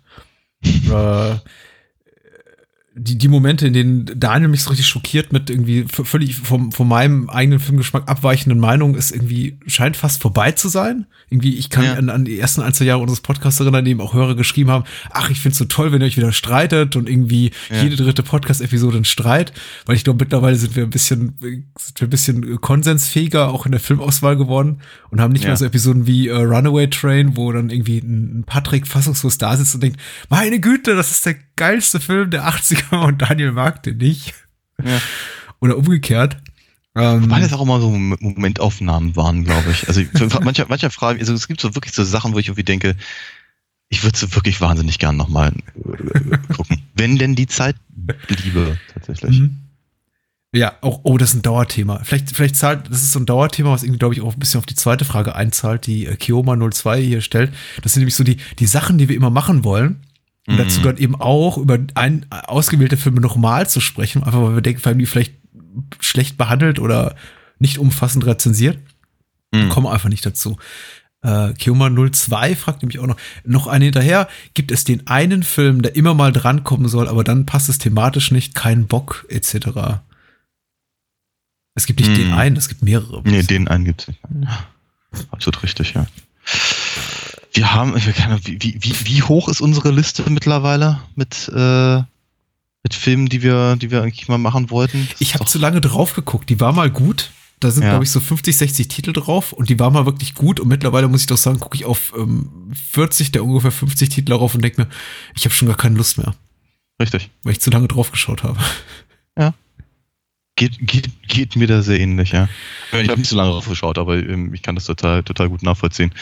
Die Momente, in denen Daniel mich so richtig schockiert mit irgendwie völlig von meinem eigenen Filmgeschmack abweichenden Meinungen, scheint fast vorbei zu sein. Irgendwie, ich kann an die ersten 1-2 Jahre unseres Podcasts erinnern, die eben auch Hörer geschrieben haben, ach, ich find's so toll, wenn ihr euch wieder streitet und irgendwie jede dritte Podcast-Episode ein Streit, weil ich glaube, mittlerweile sind wir ein bisschen konsensfähiger auch in der Filmauswahl geworden und haben nicht mehr so Episoden wie Runaway Train, wo dann irgendwie ein Patrick fassungslos da sitzt und denkt, meine Güte, das ist der geilste Film der 80er und Daniel mag den nicht. Ja. Oder umgekehrt. Wobei das auch immer so Momentaufnahmen waren, glaube ich. Also mancher Fragen, also es gibt so wirklich so Sachen, wo ich irgendwie denke, ich würde so wirklich wahnsinnig gern nochmal gucken. Wenn denn die Zeit bliebe, tatsächlich. Mhm. Ja, das ist ein Dauerthema. Vielleicht zahlt, das ist so ein Dauerthema, was irgendwie, glaube ich, auch ein bisschen auf die zweite Frage einzahlt, die Kioma02 hier stellt. Das sind nämlich so die Sachen, die wir immer machen wollen. Und dazu gehört eben auch, über ausgewählte Filme nochmal zu sprechen, einfach weil wir denken, weil die vielleicht schlecht behandelt oder nicht umfassend rezensiert. Kommen einfach nicht dazu. Kioma02 fragt nämlich auch noch einen hinterher, gibt es den einen Film, der immer mal drankommen soll, aber dann passt es thematisch nicht, kein Bock, etc. Es gibt nicht den einen, es gibt mehrere. Nee, den einen gibt es nicht. Absolut richtig, ja. Wir haben, wie hoch ist unsere Liste mittlerweile mit Filmen, die wir eigentlich mal machen wollten? Ich habe zu lange drauf geguckt. Die war mal gut. Da sind, glaube ich, so 50, 60 Titel drauf und die war mal wirklich gut. Und mittlerweile muss ich doch sagen, gucke ich auf 40 der ungefähr 50 Titel darauf und denke mir, ich habe schon gar keine Lust mehr. Richtig. Weil ich zu lange drauf geschaut habe. Ja. Geht mir da sehr ähnlich, ja. Ich habe nicht so lange drauf geschaut, aber ich kann das total gut nachvollziehen.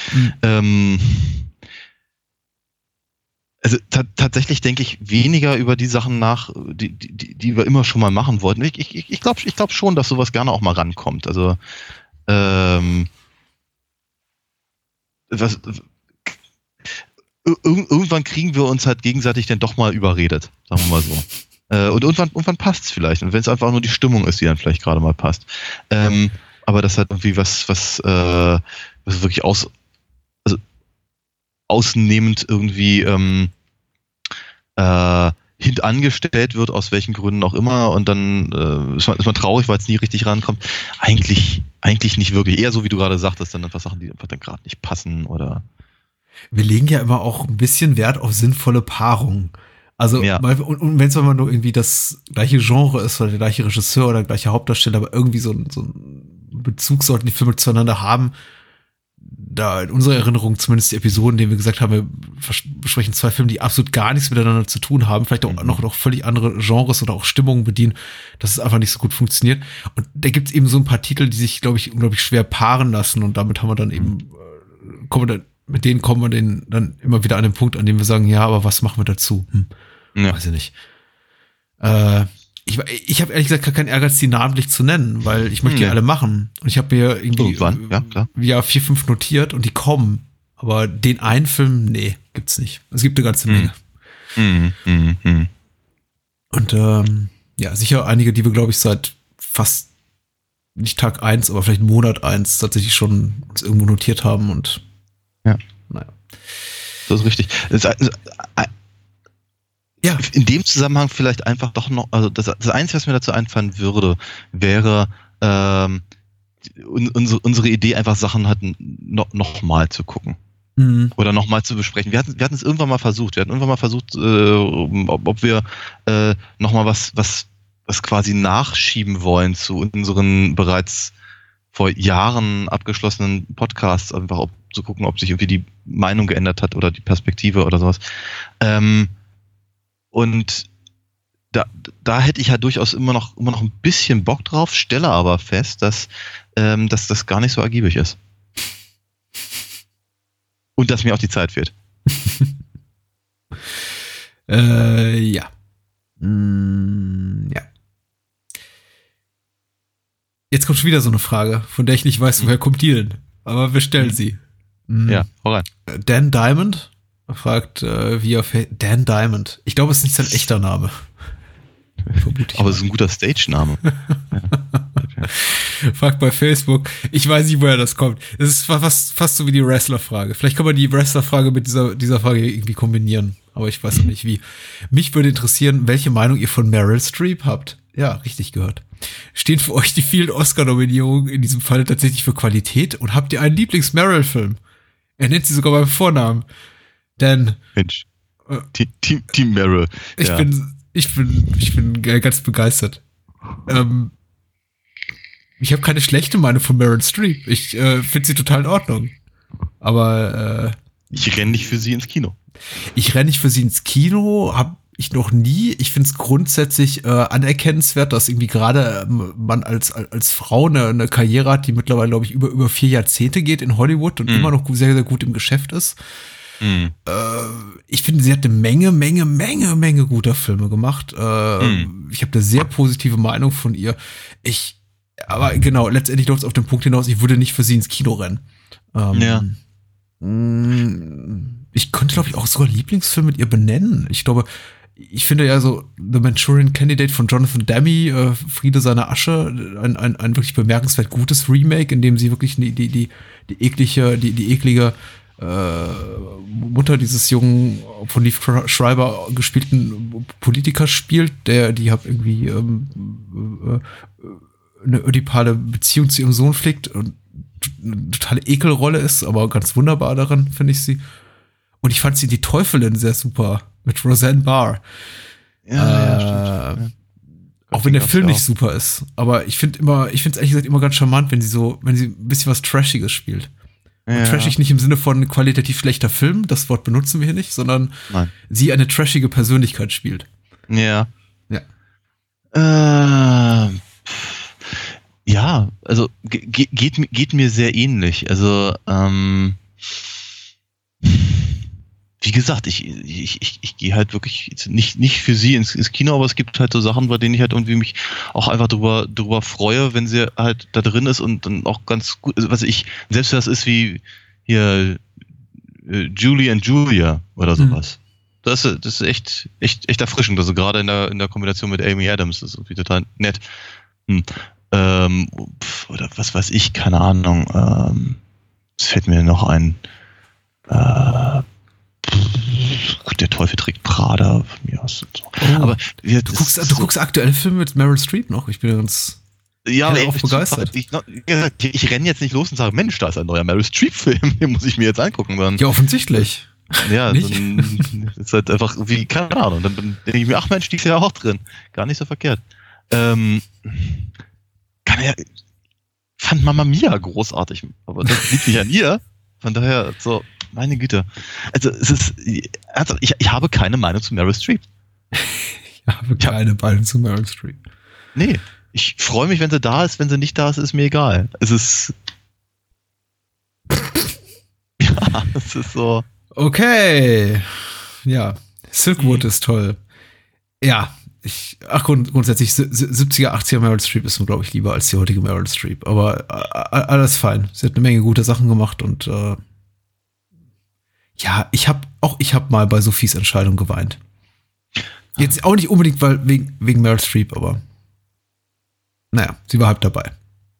Also tatsächlich denke ich weniger über die Sachen nach, die wir immer schon mal machen wollten. Ich glaube schon, dass sowas gerne auch mal rankommt. Also irgendwann kriegen wir uns halt gegenseitig dann doch mal überredet, sagen wir mal so. Und irgendwann passt es vielleicht. Und wenn es einfach nur die Stimmung ist, die dann vielleicht gerade mal passt. Aber das hat irgendwie was wirklich ausnehmend irgendwie hintangestellt wird, aus welchen Gründen auch immer. Und dann ist man traurig, weil es nie richtig rankommt. Eigentlich nicht wirklich. Eher so, wie du gerade sagtest, dann einfach Sachen, die einfach dann gerade nicht passen oder. Wir legen ja immer auch ein bisschen Wert auf sinnvolle Paarungen. Also, und wenn es nur irgendwie das gleiche Genre ist oder der gleiche Regisseur oder der gleiche Hauptdarsteller, aber irgendwie so ein Bezug sollten die Filme zueinander haben. Da in unserer Erinnerung zumindest die Episoden, in denen wir gesagt haben, wir besprechen 2 Filme, die absolut gar nichts miteinander zu tun haben, vielleicht auch noch völlig andere Genres oder auch Stimmungen bedienen, dass es einfach nicht so gut funktioniert. Und da gibt es eben so ein paar Titel, die sich, glaube ich, unglaublich schwer paaren lassen, und damit haben wir dann eben, mit denen kommen wir dann immer wieder an den Punkt, an dem wir sagen, ja, aber was machen wir dazu? Ja. Weiß ich nicht. Ich habe ehrlich gesagt gar keinen Ehrgeiz, die namentlich zu nennen, weil ich möchte die alle machen. Und ich habe mir irgendwie 4, 5 notiert und die kommen. Aber den einen Film, nee, gibt's nicht. Es gibt eine ganze Menge. Und sicher einige, die wir, glaube ich, seit fast nicht Tag 1, aber vielleicht Monat 1 tatsächlich schon uns irgendwo notiert haben. Und naja. Das ist richtig. Ja. In dem Zusammenhang vielleicht einfach doch noch, also das Einzige, was mir dazu einfallen würde, wäre unsere Idee, einfach Sachen halt noch mal zu gucken. Oder noch mal zu besprechen. Wir hatten es irgendwann mal versucht. Wir hatten irgendwann mal versucht, ob wir noch mal was quasi nachschieben wollen zu unseren bereits vor Jahren abgeschlossenen Podcasts, einfach zu gucken, ob sich irgendwie die Meinung geändert hat oder die Perspektive oder sowas. Und da hätte ich ja durchaus immer noch ein bisschen Bock drauf, stelle aber fest, dass das gar nicht so ergiebig ist. Und dass mir auch die Zeit fehlt. Ja. Jetzt kommt schon wieder so eine Frage, von der ich nicht weiß, woher kommt die denn? Aber wir stellen sie. Ja, hau rein. Dan Diamond fragt, wie auf Dan Diamond. Ich glaube, es ist nicht sein echter Name. Aber es ist ein guter Stage-Name. Fragt bei Facebook. Ich weiß nicht, woher das kommt. Es ist fast so wie die Wrestler-Frage. Vielleicht kann man die Wrestler-Frage mit dieser Frage irgendwie kombinieren. Aber ich weiß noch nicht wie. Mich würde interessieren, welche Meinung ihr von Meryl Streep habt. Ja, richtig gehört. Stehen für euch die vielen Oscar-Nominierungen in diesem Fall tatsächlich für Qualität? Und habt ihr einen Lieblings-Meryl-Film? Er nennt sie sogar beim Vornamen. Denn Mensch, Team Meryl. Ich bin ganz begeistert. Ich habe keine schlechte Meinung von Meryl Streep. Ich finde sie total in Ordnung. Aber ich renne nicht für sie ins Kino. Habe ich noch nie. Ich finde es grundsätzlich anerkennenswert, dass irgendwie gerade man als Frau eine Karriere hat, die mittlerweile, glaube ich, über 4 Jahrzehnte geht in Hollywood und immer noch sehr, sehr gut im Geschäft ist. Ich finde, sie hat eine Menge guter Filme gemacht. Ich habe eine sehr positive Meinung von ihr. Aber genau, letztendlich läuft es auf den Punkt hinaus, ich würde nicht für sie ins Kino rennen. Ich könnte, glaube ich, auch sogar Lieblingsfilm mit ihr benennen. Ich finde ja so The Manchurian Candidate von Jonathan Demme, Friede seiner Asche, ein wirklich bemerkenswert gutes Remake, in dem sie wirklich die eklige Mutter dieses jungen, von Liev Schreiber gespielten Politikers spielt, die hat irgendwie eine ödipale Beziehung zu ihrem Sohn pflegt und eine totale Ekelrolle ist, aber ganz wunderbar darin, finde ich sie. Und ich fand sie die Teufelin sehr super mit Roseanne Barr. Ja, stimmt. Auch wenn der Film nicht super ist. Aber ich finde es ehrlich gesagt immer ganz charmant, wenn sie ein bisschen was Trashiges spielt. Und trashig nicht im Sinne von qualitativ schlechter Film, das Wort benutzen wir hier nicht, sondern sie eine trashige Persönlichkeit spielt. Ja. Ja, also geht mir sehr ähnlich. Also, wie gesagt, ich gehe halt wirklich nicht für sie ins Kino, aber es gibt halt so Sachen, bei denen ich halt irgendwie mich auch einfach drüber freue, wenn sie halt da drin ist und dann auch ganz gut, also selbst wenn das ist wie hier Julie and Julia oder sowas. Das ist echt erfrischend, also gerade in der Kombination mit Amy Adams, das ist irgendwie total nett. Oder was weiß ich, keine Ahnung, es fällt mir noch ein, der Teufel trägt Prada von mir aus. So. Aber du guckst aktuelle Filme mit Meryl Streep noch? Ich bin ganz begeistert. Ich renne jetzt nicht los und sage, Mensch, da ist ein neuer Meryl Streep-Film, den muss ich mir jetzt angucken. Ja, offensichtlich. Ja, dann ist halt einfach wie, keine Ahnung. Dann denke ich mir, ach Mensch, die ist ja auch drin. Gar nicht so verkehrt. fand Mamma Mia großartig, aber das liegt nicht an ihr. Von daher, so, meine Güte. Also, ich habe keine Meinung zu Meryl Streep. Ich habe keine Meinung zu Meryl Streep. Nee, ich freue mich, wenn sie da ist. Wenn sie nicht da ist mir egal. Es ist so. Okay. Ja, Silkwood ist toll. Ja, grundsätzlich 70er, 80er Meryl Streep ist mir, glaube ich, lieber als die heutige Meryl Streep. Aber alles fein. Sie hat eine Menge gute Sachen gemacht und ja, ich hab mal bei Sophies Entscheidung geweint. Jetzt auch nicht unbedingt wegen Meryl Streep, aber naja, sie war halt dabei.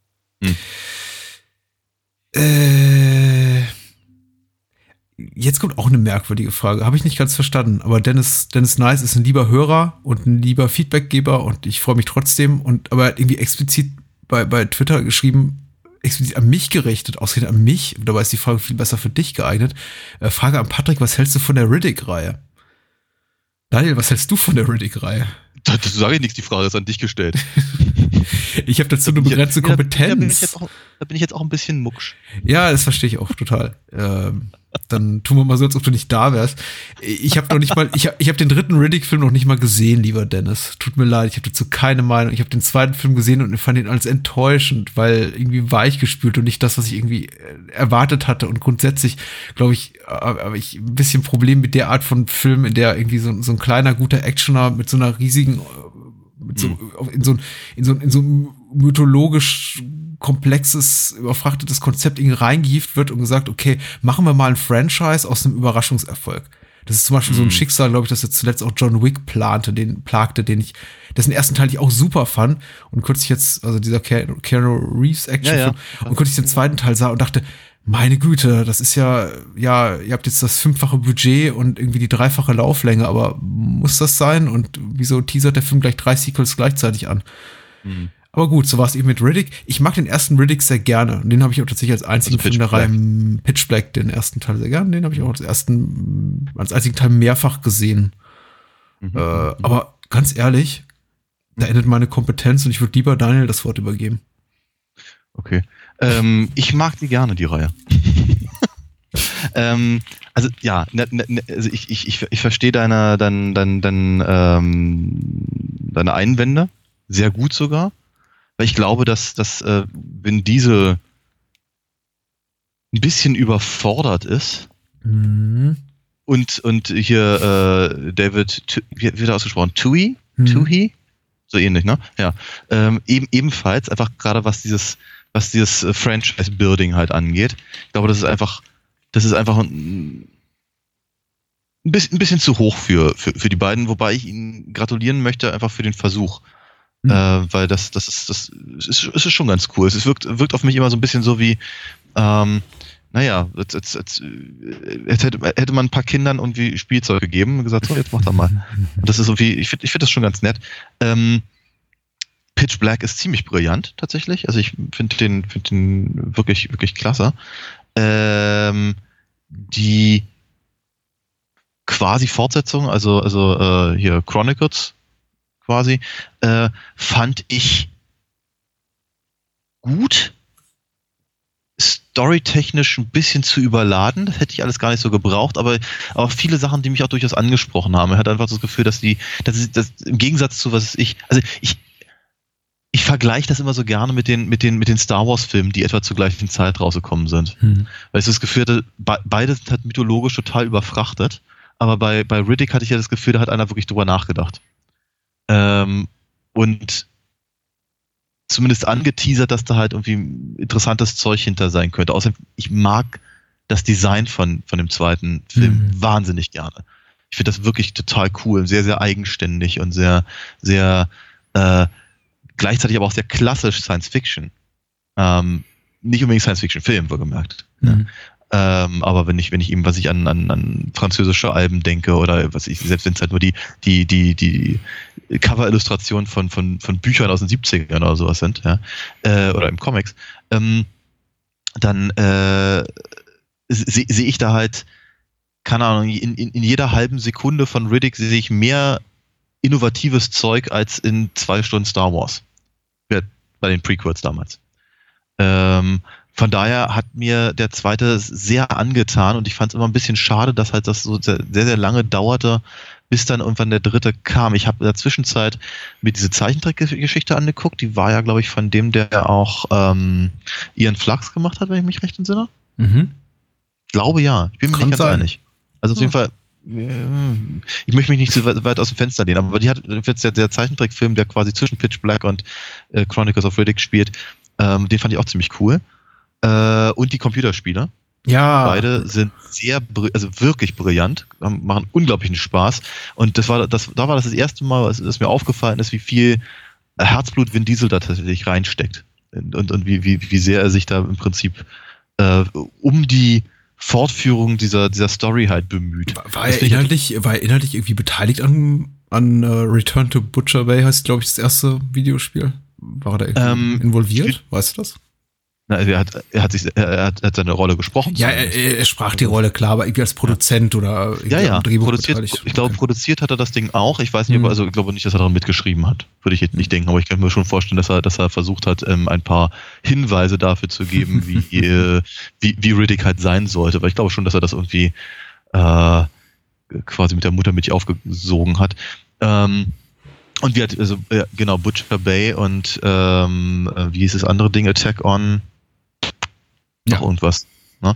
Jetzt kommt auch eine merkwürdige Frage. Habe ich nicht ganz verstanden. Aber Dennis Nice ist ein lieber Hörer und ein lieber Feedbackgeber und ich freue mich trotzdem. Aber er hat irgendwie explizit bei Twitter geschrieben, explizit an mich gerichtet, ausgerechnet an mich. Dabei ist die Frage viel besser für dich geeignet. Frage an Patrick, was hältst du von der Riddick-Reihe? Daniel, was hältst du von der Riddick-Reihe? Das sage ich nichts, die Frage ist an dich gestellt. Ich habe dazu eine begrenzte Kompetenz. Da bin ich jetzt auch ein bisschen mucksch. Ja, das verstehe ich auch total. Dann tun wir mal so, als ob du nicht da wärst. Ich habe den dritten Riddick-Film noch nicht mal gesehen, lieber Dennis. Tut mir leid, ich habe dazu keine Meinung. Ich habe den zweiten Film gesehen und fand ihn als enttäuschend, weil irgendwie weichgespült und nicht das, was ich irgendwie erwartet hatte. Und grundsätzlich, glaube ich, habe ich ein bisschen Problem mit der Art von Film, in der irgendwie so ein kleiner, guter Actioner mit so einer riesigen, in so mythologisch komplexes, überfrachtetes Konzept irgendwie reingehieft wird und gesagt, okay, machen wir mal ein Franchise aus einem Überraschungserfolg. Das ist zum Beispiel so ein Schicksal, glaube ich, dass jetzt zuletzt auch John Wick plagte, dessen ersten Teil ich auch super fand und kürzlich jetzt, also dieser Keanu Reeves Actionfilm, und kürzlich den zweiten Teil sah und dachte, meine Güte, das ist ja, ihr habt jetzt das 5-fache Budget und irgendwie die 3-fache Lauflänge, aber muss das sein? Und wieso teasert der Film gleich 3 Sequels gleichzeitig an? Aber gut, so war es eben mit Riddick. Ich mag den ersten Riddick sehr gerne. Und den habe ich auch tatsächlich als einzigen Film der Reihe Pitch Black, den ersten Teil sehr gerne. Den habe ich auch als einzigen Teil mehrfach gesehen. Aber ganz ehrlich, da endet meine Kompetenz und ich würde lieber Daniel das Wort übergeben. Okay. Ich mag die gerne, die Reihe. Also ja, also ich verstehe deine Einwände sehr gut sogar, weil ich glaube, dass wenn diese ein bisschen überfordert ist und hier David, wie wird er ausgesprochen? Toohey? So ähnlich, ne? Ja. Ebenfalls einfach gerade was dieses Franchise-Building halt angeht. Ich glaube, das ist einfach ein bisschen zu hoch für die beiden, wobei ich ihnen gratulieren möchte, einfach für den Versuch. Weil das ist schon ganz cool. Es wirkt auf mich immer so ein bisschen so wie, jetzt hätte man ein paar Kindern irgendwie Spielzeug gegeben und gesagt, so, jetzt mach da mal. Und das ist irgendwie, ich finde das schon ganz nett. Pitch Black ist ziemlich brillant, tatsächlich. Also ich finde den wirklich, wirklich klasse. Die quasi Fortsetzung, also hier Chronicles quasi, fand ich gut. Storytechnisch ein bisschen zu überladen. Das hätte ich alles gar nicht so gebraucht, aber viele Sachen, die mich auch durchaus angesprochen haben. Er hat einfach das Gefühl, dass im Gegensatz zu ich vergleiche das immer so gerne mit den Star Wars Filmen, die etwa zur gleichen Zeit rausgekommen sind. Weil ich das Gefühl hatte, beide sind halt mythologisch total überfrachtet, aber bei Riddick hatte ich ja das Gefühl, da hat einer wirklich drüber nachgedacht. Und zumindest angeteasert, dass da halt irgendwie interessantes Zeug hinter sein könnte. Außerdem, ich mag das Design von dem zweiten Film wahnsinnig gerne. Ich finde das wirklich total cool, sehr, sehr eigenständig und sehr, sehr gleichzeitig aber auch sehr klassisch Science-Fiction. Nicht unbedingt Science-Fiction-Film, wohlgemerkt. Aber wenn ich eben, was ich an französische Alben denke oder selbst wenn es halt nur die Cover-Illustrationen von Büchern aus den 70ern oder sowas sind, ja, oder im Comics, dann sehe ich da halt, keine Ahnung, in jeder halben Sekunde von Riddick sehe ich mehr innovatives Zeug als in 2 Stunden Star Wars. Bei den Prequels damals. Von daher hat mir der zweite sehr angetan und ich fand es immer ein bisschen schade, dass halt das so sehr, sehr lange dauerte, bis dann irgendwann der dritte kam. Ich habe in der Zwischenzeit mir diese Zeichentrickgeschichte angeguckt, die war ja, glaube ich, von dem, der auch Ian Flux gemacht hat, wenn ich mich recht entsinne. Mhm. Ich glaube ja, ich bin mir nicht ganz einig. Also auf jeden Fall, ich möchte mich nicht so weit aus dem Fenster lehnen, aber die hat jetzt der Zeichentrickfilm, der quasi zwischen Pitch Black und Chronicles of Riddick spielt, den fand ich auch ziemlich cool. Und die Computerspiele. Ja. Beide sind wirklich brillant, machen unglaublichen Spaß. Und da war das erste Mal, dass mir aufgefallen ist, wie viel Herzblut Vin Diesel da tatsächlich reinsteckt. Und wie sehr er sich da im Prinzip um die Fortführung dieser Story halt bemüht. War er inhaltlich irgendwie beteiligt an Return to Butcher Bay, heißt, glaube ich, das erste Videospiel? War er da irgendwie involviert? Weißt du das? Na, er hat seine Rolle gesprochen. Ja, er sprach die Rolle, klar, aber irgendwie als Produzent oder Drehbuch beteiligt. Ich glaube, produziert hat er das Ding auch. Ich weiß nicht, ich glaube nicht, dass er daran mitgeschrieben hat. Würde ich jetzt nicht denken, aber ich kann mir schon vorstellen, dass er versucht hat, ein paar Hinweise dafür zu geben, wie Riddick halt sein sollte. Weil ich glaube schon, dass er das irgendwie quasi mit der Muttermilch aufgesogen hat. Und wie hat, genau, Butcher Bay und wie hieß das andere Ding? Attack on noch irgendwas. Ne?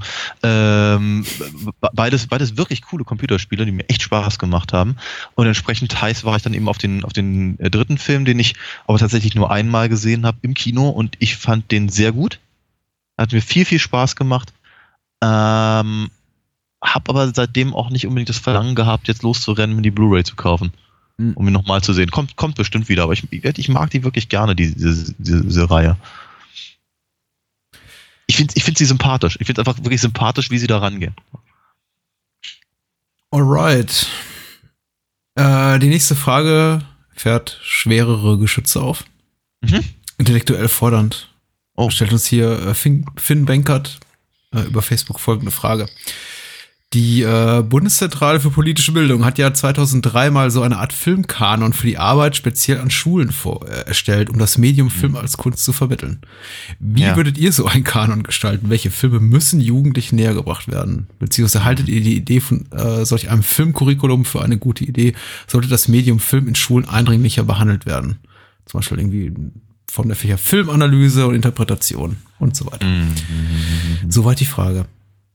Beides wirklich coole Computerspiele, die mir echt Spaß gemacht haben. Und entsprechend heiß war ich dann eben auf den dritten Film, den ich aber tatsächlich nur einmal gesehen habe im Kino und ich fand den sehr gut. Hat mir viel, viel Spaß gemacht. Hab aber seitdem auch nicht unbedingt das Verlangen gehabt, jetzt loszurennen, mir die Blu-ray zu kaufen. Um ihn nochmal zu sehen. Kommt bestimmt wieder, aber ich mag die wirklich gerne, diese Reihe. Ich find sie sympathisch. Ich finde es einfach wirklich sympathisch, wie sie da rangehen. Alright. Die nächste Frage fährt schwerere Geschütze auf. Intellektuell fordernd. Stellt uns hier Finn Benkert über Facebook folgende Frage. Die Bundeszentrale für politische Bildung hat ja 2003 mal so eine Art Filmkanon für die Arbeit speziell an Schulen erstellt, um das Medium Film als Kunst zu vermitteln. Wie würdet ihr so einen Kanon gestalten? Welche Filme müssen Jugendlichen näher gebracht werden? Beziehungsweise haltet ihr die Idee von solch einem Filmcurriculum für eine gute Idee? Sollte das Medium Film in Schulen eindringlicher behandelt werden? Zum Beispiel irgendwie von der Fächer Filmanalyse und Interpretation und so weiter. Soweit die Frage.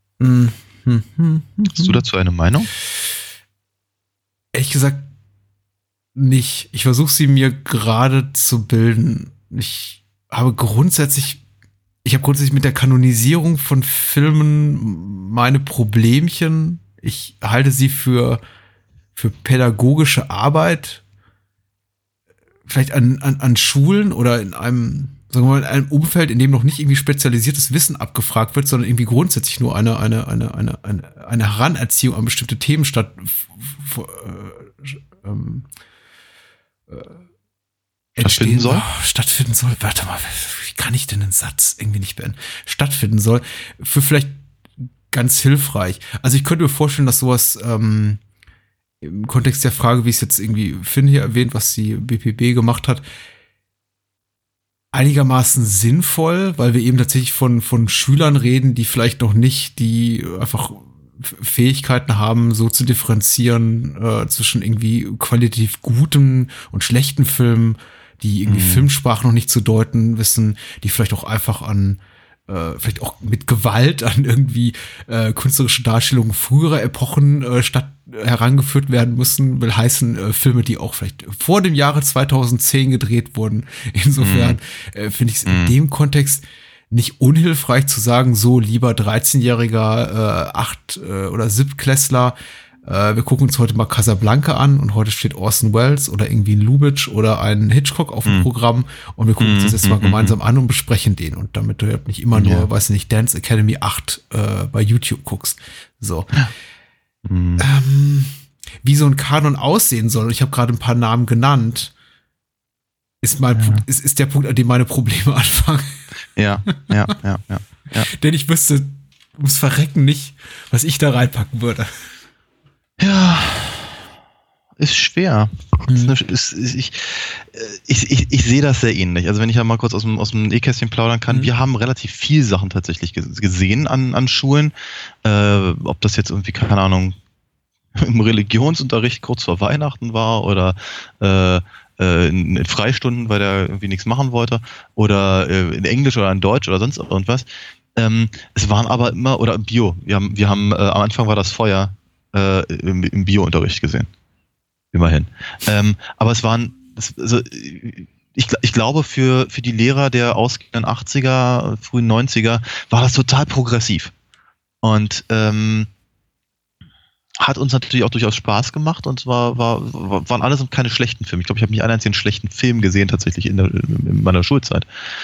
Hast du dazu eine Meinung? Ehrlich gesagt nicht. Ich versuche sie mir gerade zu bilden. Ich habe grundsätzlich mit der Kanonisierung von Filmen meine Problemchen. Ich halte sie für pädagogische Arbeit. Vielleicht an Schulen oder in einem, sagen wir mal, in einem Umfeld, in dem noch nicht irgendwie spezialisiertes Wissen abgefragt wird, sondern irgendwie grundsätzlich nur eine Heranerziehung an bestimmte Themen stattfinden soll. Warte mal, wie kann ich denn einen Satz irgendwie nicht beenden? Stattfinden soll, für vielleicht ganz hilfreich. Also ich könnte mir vorstellen, dass sowas im Kontext der Frage, wie es jetzt irgendwie Finn hier erwähnt, was die BPB gemacht hat, einigermaßen sinnvoll, weil wir eben tatsächlich von Schülern reden, die vielleicht noch nicht die einfach Fähigkeiten haben, so zu differenzieren zwischen irgendwie qualitativ guten und schlechten Filmen, die irgendwie Filmsprache noch nicht zu deuten wissen, die vielleicht auch einfach vielleicht auch mit Gewalt an irgendwie künstlerische Darstellungen früherer Epochen herangeführt werden müssen, will heißen Filme, die auch vielleicht vor dem Jahre 2010 gedreht wurden. Insofern finde ich es in dem Kontext nicht unhilfreich zu sagen, so lieber 13-jähriger 8- oder 7-Klässler, wir gucken uns heute mal Casablanca an und heute steht Orson Welles oder irgendwie ein Lubitsch oder ein Hitchcock auf dem Programm und wir gucken uns das jetzt mal gemeinsam an und besprechen den. Und damit du halt nicht immer nur, weiß nicht, Dance Academy 8 bei YouTube guckst. So. Wie so ein Kanon aussehen soll, und ich habe gerade ein paar Namen genannt, ist der Punkt, an dem meine Probleme anfangen. Ja. Denn ich wüsste, muss verrecken nicht, was ich da reinpacken würde. Ja, ist schwer. Ich sehe das sehr ähnlich. Also wenn ich ja mal kurz aus dem Nähkästchen plaudern kann, wir haben relativ viel Sachen tatsächlich gesehen an Schulen. Ob das jetzt irgendwie, keine Ahnung, im Religionsunterricht kurz vor Weihnachten war oder in Freistunden, weil der irgendwie nichts machen wollte, oder in Englisch oder in Deutsch oder sonst irgendwas. Es waren aber immer, oder im Bio. Wir haben am Anfang war das Feuer im Bio-Unterricht gesehen. Immerhin. Aber es waren, ich glaube, für die Lehrer der ausgehenden 80er, frühen 90er war das total progressiv. Und hat uns natürlich auch durchaus Spaß gemacht und waren alles keine schlechten Filme. Ich glaube, ich habe nicht einen einzigen schlechten Film gesehen, tatsächlich in meiner Schulzeit.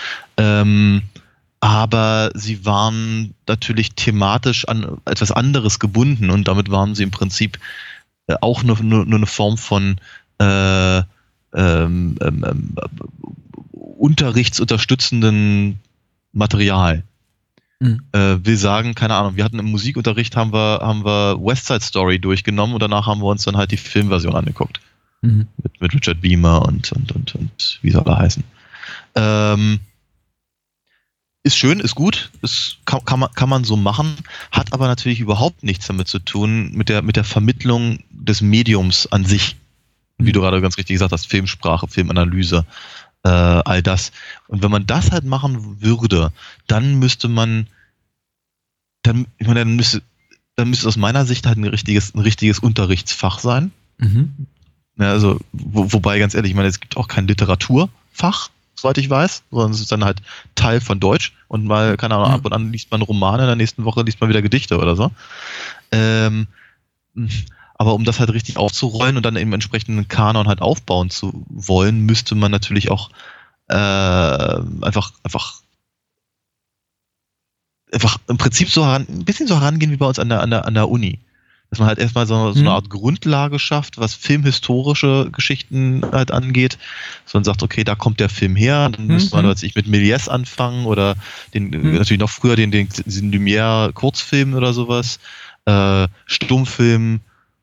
Aber sie waren natürlich thematisch an etwas anderes gebunden und damit waren sie im Prinzip auch nur eine Form von unterrichtsunterstützenden Material. Will sagen, keine Ahnung, wir hatten im Musikunterricht haben wir West Side Story durchgenommen und danach haben wir uns dann halt die Filmversion angeguckt. Mit Richard Beamer und wie soll er heißen. Ist schön, ist gut, kann man so machen, hat aber natürlich überhaupt nichts damit zu tun mit der Vermittlung des Mediums an sich. Wie du gerade ganz richtig gesagt hast, Filmsprache, Filmanalyse, all das. Und wenn man das halt machen würde, dann müsste aus meiner Sicht halt ein richtiges Unterrichtsfach sein. Ja, also, wobei, ganz ehrlich, ich meine, es gibt auch kein Literaturfach, soweit ich weiß, sondern es ist dann halt Teil von Deutsch und mal, keine Ahnung, ab und an liest man Romane, in der nächsten Woche liest man wieder Gedichte oder so. Aber um das halt richtig aufzurollen und dann im entsprechenden Kanon halt aufbauen zu wollen, müsste man natürlich auch einfach im Prinzip ein bisschen so herangehen wie bei uns an der Uni. Dass man halt erstmal so eine Art Grundlage schafft, was filmhistorische Geschichten halt angeht. So man sagt, okay, da kommt der Film her, dann müsste man mit Méliès anfangen oder natürlich noch früher den Lumière-Kurzfilm oder sowas, Stummfilm,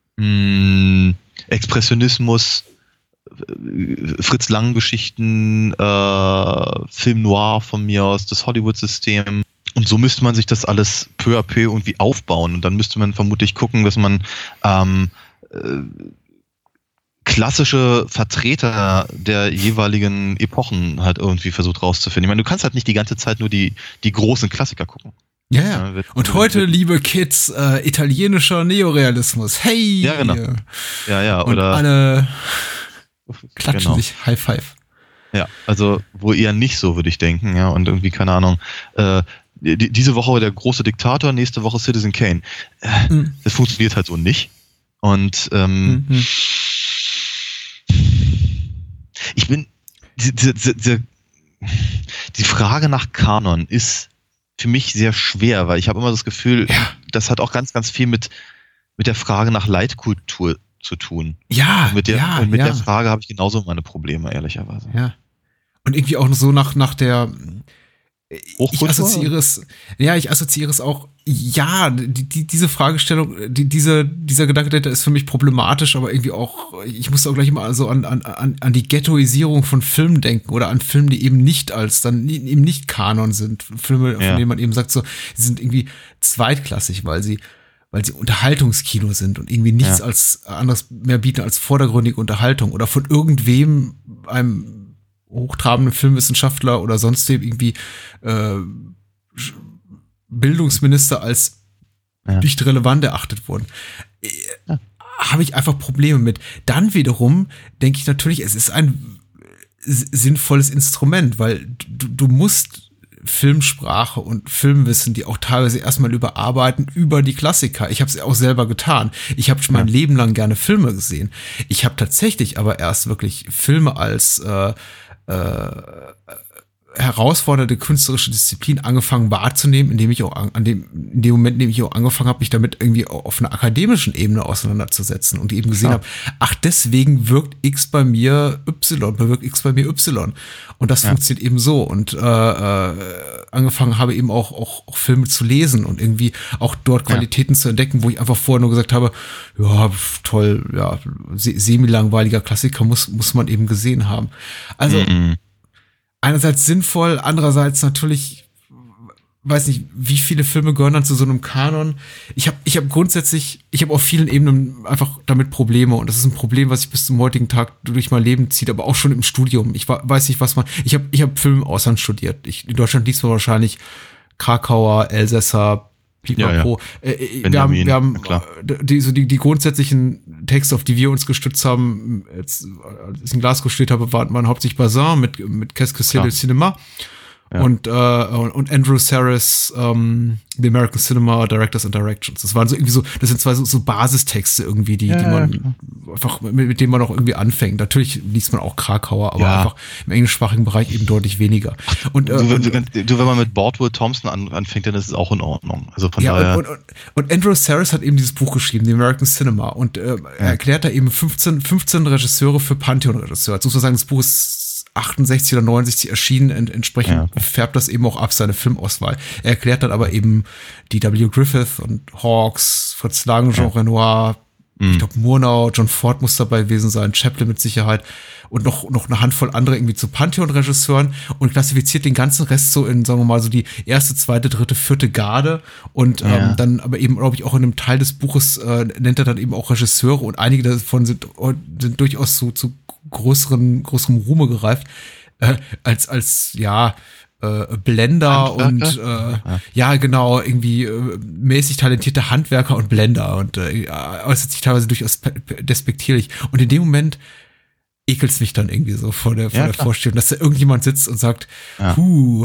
Expressionismus, Fritz Lang-Geschichten, Film Noir von mir aus, das Hollywood-System. Und so müsste man sich das alles peu à peu irgendwie aufbauen. Und dann müsste man vermutlich gucken, dass man klassische Vertreter der jeweiligen Epochen halt irgendwie versucht rauszufinden. Ich meine, du kannst halt nicht die ganze Zeit nur die großen Klassiker gucken. Ja. Und heute, liebe Kids, italienischer Neorealismus. Hey! Ja, genau. Ja, und oder alle klatschen sich High Five. Ja, also wohl eher nicht so, würde ich denken. Ja, und irgendwie, keine Ahnung, diese Woche der große Diktator, nächste Woche Citizen Kane. Das funktioniert halt so nicht. Und ich bin die Frage nach Kanon ist für mich sehr schwer, weil ich habe immer das Gefühl, das hat auch ganz, ganz viel mit der Frage nach Leitkultur zu tun. Ja, und mit der Frage habe ich genauso meine Probleme, ehrlicherweise. Ja. Und irgendwie auch so nach der Ich assoziiere es auch, diese Fragestellung, dieser Gedanke dahinter ist für mich problematisch, aber irgendwie auch, ich muss auch gleich immer so an die Ghettoisierung von Filmen denken oder an Filme, die eben nicht eben nicht Kanon sind. Filme, von denen man eben sagt, so, sie sind irgendwie zweitklassig, weil sie Unterhaltungskino sind und irgendwie nichts als anderes mehr bieten als vordergründige Unterhaltung oder von irgendwem, einem hochtrabenden Filmwissenschaftler oder sonst irgendwie Bildungsminister als nicht relevant erachtet wurden. Habe ich einfach Probleme mit. Dann wiederum denke ich natürlich, es ist ein sinnvolles Instrument, weil du musst Filmsprache und Filmwissen, die auch teilweise erstmal überarbeiten über die Klassiker. Ich habe es auch selber getan. Ich habe schon mein Leben lang gerne Filme gesehen. Ich habe tatsächlich aber erst wirklich Filme als herausfordernde künstlerische Disziplin angefangen wahrzunehmen, in dem Moment, in dem ich auch angefangen habe, mich damit irgendwie auf einer akademischen Ebene auseinanderzusetzen und eben gesehen habe, ach, deswegen wirkt X bei mir Y, bewirkt X bei mir Y. Und das funktioniert eben so. Und angefangen habe eben auch Filme zu lesen und irgendwie auch dort Qualitäten zu entdecken, wo ich einfach vorher nur gesagt habe, ja, toll, ja, semi-langweiliger Klassiker muss man eben gesehen haben. Also einerseits sinnvoll, andererseits natürlich, weiß nicht, wie viele Filme gehören dann zu so einem Kanon. Ich habe auf vielen Ebenen einfach damit Probleme und das ist ein Problem, was sich bis zum heutigen Tag durch mein Leben zieht, aber auch schon im Studium. Ich weiß nicht, ich habe Film im Ausland studiert. In Deutschland liest man wahrscheinlich Krakauer, Elsässer, Pipapo. Wir haben die grundsätzlichen Texte, auf die wir uns gestützt haben, als ich in Glasgow studiert habe, waren hauptsächlich Bazin mit Qu'est-ce que c'est le cinéma und Andrew Sarris, The American Cinema, Directors and Directions. Das waren so irgendwie so, das sind zwei so Basistexte irgendwie, die man einfach, mit denen man auch irgendwie anfängt. Natürlich liest man auch Krakauer, aber einfach im englischsprachigen Bereich eben deutlich weniger. Und wenn man mit Bordwell Thompson anfängt, dann ist es auch in Ordnung. Also von daher. Und Andrew Sarris hat eben dieses Buch geschrieben, The American Cinema, und er erklärt da eben 15 Regisseure für Pantheon-Regisseure. Jetzt muss man sagen, das Buch ist 68 oder 69 erschienen, entsprechend färbt das eben auch ab, seine Filmauswahl. Er erklärt dann aber eben D.W. Griffith und Hawks, Fritz Lang, Jean Renoir, ich glaube Murnau, John Ford muss dabei gewesen sein, Chaplin mit Sicherheit und noch eine Handvoll andere irgendwie zu Pantheon-Regisseuren und klassifiziert den ganzen Rest so in, sagen wir mal, so die erste, zweite, dritte, vierte Garde und dann aber eben, glaube ich, auch in einem Teil des Buches nennt er dann eben auch Regisseure und einige davon sind durchaus so zu größerem Ruhme gereift, als Blender und genau, irgendwie mäßig talentierte Handwerker und Blender und äußert sich teilweise durchaus despektierlich. Und in dem Moment ekelt's mich dann irgendwie so vor der Vorstellung, dass da irgendjemand sitzt und sagt, so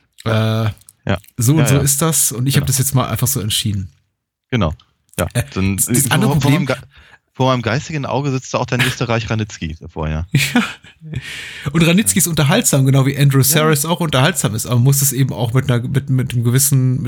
ist das und ich habe das jetzt mal einfach so entschieden. Genau. Ja. Das andere Problem, vor meinem geistigen Auge sitzt da auch der nächste Reich Ranitzky davor, ja. Und Ranitzky ist unterhaltsam, genau wie Andrew Sarris auch unterhaltsam ist, aber man muss es eben auch mit einer gewissen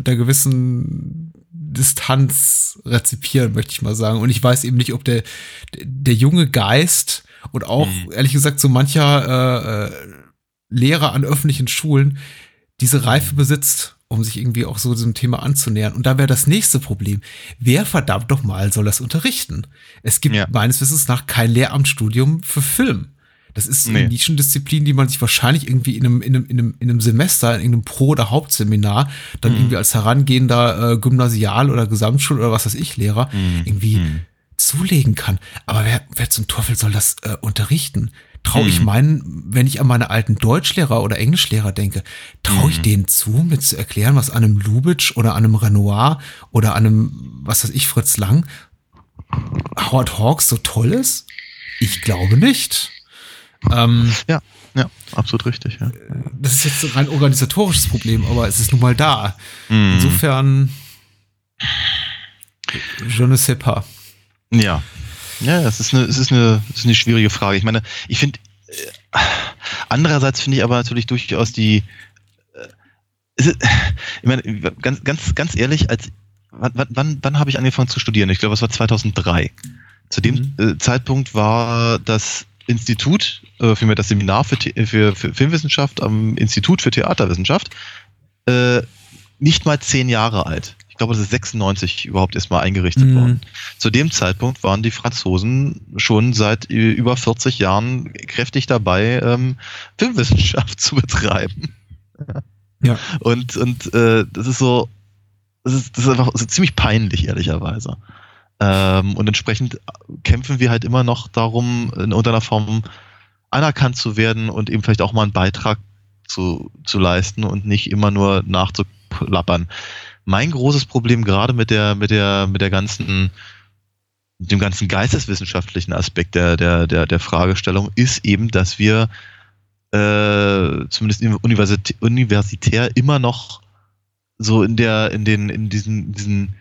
Distanz rezipieren, möchte ich mal sagen. Und ich weiß eben nicht, ob der junge Geist und auch, ehrlich gesagt, so mancher Lehrer an öffentlichen Schulen diese Reife besitzt, um sich irgendwie auch so diesem Thema anzunähern. Und da wäre das nächste Problem. Wer verdammt doch mal soll das unterrichten? Es gibt meines Wissens nach kein Lehramtsstudium für Film. Das ist eine Nischendisziplin, die man sich wahrscheinlich irgendwie in einem Semester, in irgendeinem Pro- oder Hauptseminar dann irgendwie als herangehender Gymnasial- oder Gesamtschul- oder was weiß ich Lehrer irgendwie zulegen kann. Aber wer zum Teufel soll das unterrichten? Traue ich wenn ich an meine alten Deutschlehrer oder Englischlehrer denke, traue ich denen zu, mir zu erklären, was an einem Lubitsch oder an einem Renoir oder an einem, was weiß ich, Fritz Lang, Howard Hawks so toll ist? Ich glaube nicht. Ja, absolut richtig. Ja. Das ist jetzt ein rein organisatorisches Problem, aber es ist nun mal da. Insofern, je ne sais pas. Ja. Ja, es ist eine schwierige Frage. Ich meine, ich finde, andererseits finde ich aber natürlich durchaus ich meine, ganz ehrlich, wann habe ich angefangen zu studieren? Ich glaube, es war 2003. Zu dem Zeitpunkt war das Institut, vielmehr das Seminar für Filmwissenschaft am Institut für Theaterwissenschaft, nicht mal 10 Jahre alt. Ich glaube, das ist 96 überhaupt erstmal eingerichtet worden. Zu dem Zeitpunkt waren die Franzosen schon seit über 40 Jahren kräftig dabei, Filmwissenschaft zu betreiben. Ja. Und das ist so, das ist einfach so ziemlich peinlich, ehrlicherweise. Und entsprechend kämpfen wir halt immer noch darum, in irgendeiner Form anerkannt zu werden und eben vielleicht auch mal einen Beitrag zu leisten und nicht immer nur nachzuplappern. Mein großes Problem gerade mit dem ganzen geisteswissenschaftlichen Aspekt der Fragestellung ist eben, dass wir zumindest universitär immer noch so in den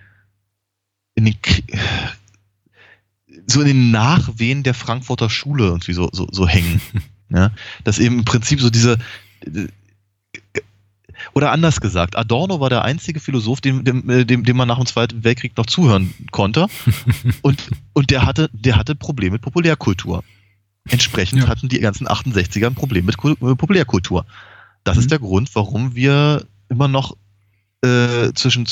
Nachwehen der Frankfurter Schule irgendwie so hängen. Ja? Dass eben im Prinzip so oder anders gesagt, Adorno war der einzige Philosoph, dem man nach dem Zweiten Weltkrieg noch zuhören konnte. und der hatte Probleme mit Populärkultur. Entsprechend hatten die ganzen 68er ein Problem mit Populärkultur. Das ist der Grund, warum wir immer noch zwischen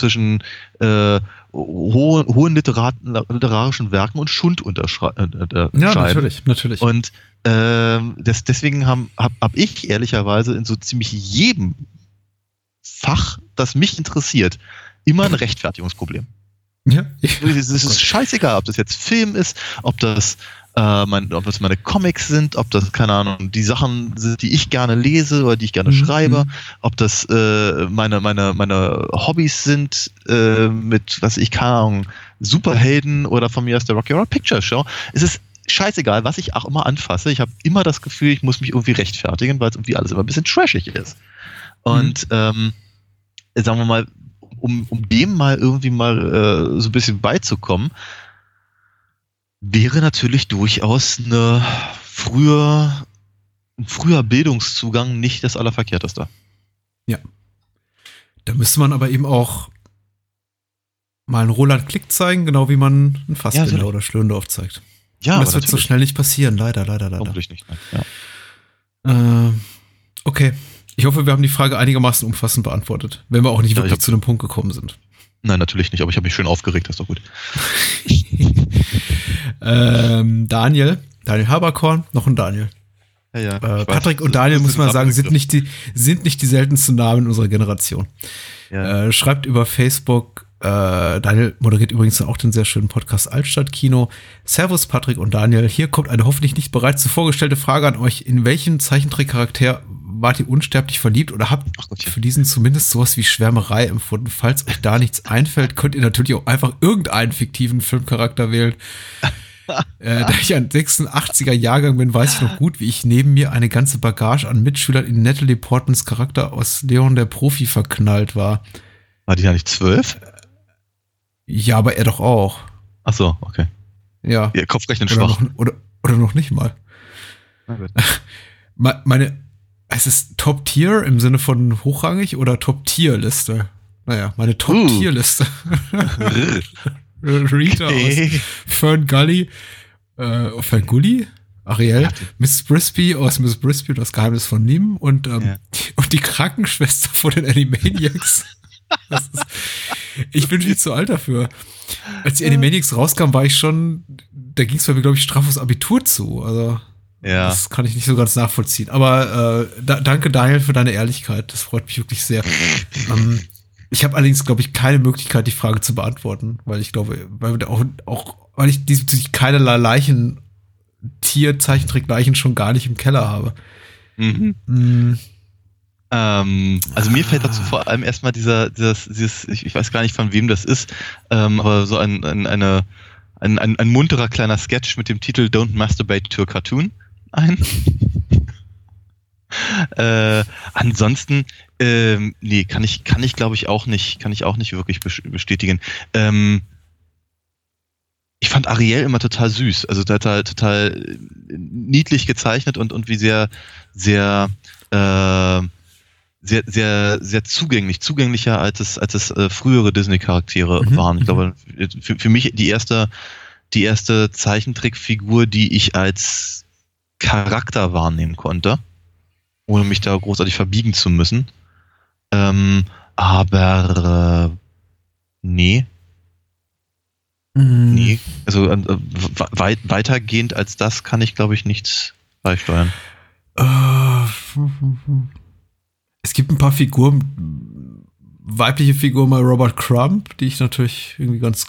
hohen literarischen Werken und Schund unterscheiden. Ja, natürlich. Und deswegen hab ich ehrlicherweise in so ziemlich jedem Fach, das mich interessiert, immer ein Rechtfertigungsproblem. Ja. Es ist scheißegal, ob das jetzt Film ist, ob das meine Comics sind, ob das, keine Ahnung, die Sachen sind, die ich gerne lese oder die ich gerne schreibe, ob das meine Hobbys sind, mit, was ich, keine Ahnung, Superhelden oder von mir aus der Rocky Horror Picture Show. Es ist scheißegal, was ich auch immer anfasse. Ich habe immer das Gefühl, ich muss mich irgendwie rechtfertigen, weil es irgendwie alles immer ein bisschen trashig ist. Und sagen wir mal, um dem mal irgendwie mal so ein bisschen beizukommen, wäre natürlich durchaus ein früher Bildungszugang nicht das Allerverkehrteste. Ja. Da müsste man aber eben auch mal einen Roland Klick zeigen, genau wie man einen Fassbinder oder Schlöndorff zeigt. Ja, und das wird so schnell nicht passieren, leider. Hoffentlich nicht. Okay. Ich hoffe, wir haben die Frage einigermaßen umfassend beantwortet, wenn wir auch nicht wirklich zu einem Punkt gekommen sind. Nein, natürlich nicht, aber ich habe mich schön aufgeregt, das ist doch gut. Daniel Haberkorn, noch ein Daniel. Ja, Patrick und Daniel, muss man sagen, sind nicht die seltensten Namen in unserer Generation. Ja. Schreibt über Facebook, Daniel moderiert übrigens dann auch den sehr schönen Podcast Altstadtkino. Servus Patrick und Daniel, hier kommt eine hoffentlich nicht bereits zuvor gestellte Frage an euch. In welchen Zeichentrickcharakter wart ihr unsterblich verliebt oder habt für diesen zumindest sowas wie Schwärmerei empfunden? Falls euch da nichts einfällt, könnt ihr natürlich auch einfach irgendeinen fiktiven Filmcharakter wählen. Da ich ein 86er Jahrgang bin, weiß ich noch gut, wie ich neben mir eine ganze Bagage an Mitschülern in Natalie Portmans Charakter aus Leon der Profi verknallt war. War die ja nicht 12? Ja, aber er doch auch. Ach so, okay. Ja. Kopfrechnen schwach. Oder noch nicht mal. Es ist Top-Tier im Sinne von hochrangig oder Top-Tier-Liste? Naja, meine Top-Tier-Liste. Rita aus Fern Gully. Fern Gully? Ariel. Miss Brisby aus Miss Brisby und das Geheimnis von Nim und die Krankenschwester von den Animaniacs. Ich bin viel zu alt dafür. Als die Animaniacs rauskam, war ich schon, da ging es bei mir, glaube ich, straff aufs Abitur zu. Also das kann ich nicht so ganz nachvollziehen. Aber danke, Daniel, für deine Ehrlichkeit. Das freut mich wirklich sehr. Ich habe allerdings, glaube ich, keine Möglichkeit, die Frage zu beantworten, weil ich glaube, weil ich diesbezüglich keinerlei Zeichentrickleichen schon gar nicht im Keller habe. Also mir fällt dazu vor allem erstmal dieses, ich weiß gar nicht, von wem das ist, aber so ein munterer kleiner Sketch mit dem Titel Don't Masturbate to a Cartoon ein. Ansonsten, nee, kann ich glaube ich auch nicht wirklich bestätigen. Ich fand Ariel immer total süß, also total niedlich gezeichnet und wie sehr zugänglicher als es frühere Disney-Charaktere waren. Ich glaube, für mich die erste Zeichentrickfigur, die ich als Charakter wahrnehmen konnte, ohne mich da großartig verbiegen zu müssen. Aber nee. Nee. Also weitergehend als das kann ich, glaube ich, nichts beisteuern. Es gibt ein paar Figuren, weibliche Figuren bei Robert Crumb, die ich natürlich irgendwie ganz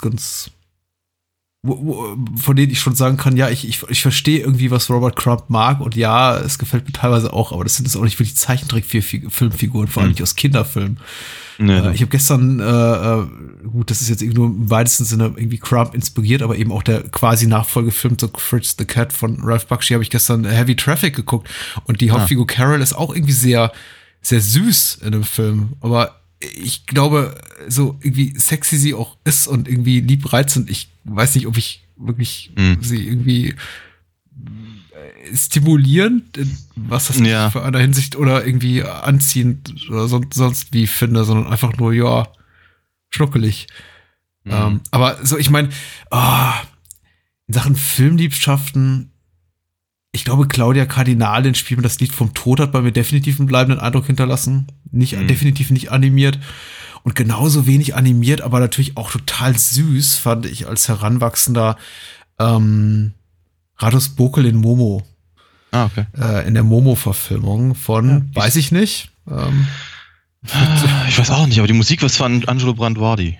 von denen ich schon sagen kann, ja, ich verstehe irgendwie, was Robert Crumb mag und ja, es gefällt mir teilweise auch, aber das sind jetzt auch nicht wirklich Zeichentrick-Filmfiguren, vor allem nicht aus Kinderfilmen. Nee, ich habe gestern, gut, das ist jetzt irgendwie nur im weitesten Sinne irgendwie Crumb inspiriert, aber eben auch der quasi Nachfolgefilm zu Fritz the Cat von Ralph Bakshi habe ich gestern Heavy Traffic geguckt und die Hauptfigur Carol ist auch irgendwie sehr, sehr süß in dem Film, aber ich glaube, so irgendwie sexy sie auch ist und irgendwie liebreizend. Ich weiß nicht, ob ich wirklich sie irgendwie stimulierend, was das für einer Hinsicht oder irgendwie anziehend oder sonst wie finde, sondern einfach nur, ja, schnuckelig. Aber so, ich meine, in Sachen Filmliebschaften, ich glaube, Claudia Kardinalin spielt mir das Lied vom Tod, hat bei mir definitiv einen bleibenden Eindruck hinterlassen. Definitiv nicht animiert. Und genauso wenig animiert, aber natürlich auch total süß, fand ich als Heranwachsender Rados Bokel in Momo. Okay. In der Momo-Verfilmung von, weiß ich nicht. Ich weiß auch nicht, aber die Musik war von Angelo Branduardi.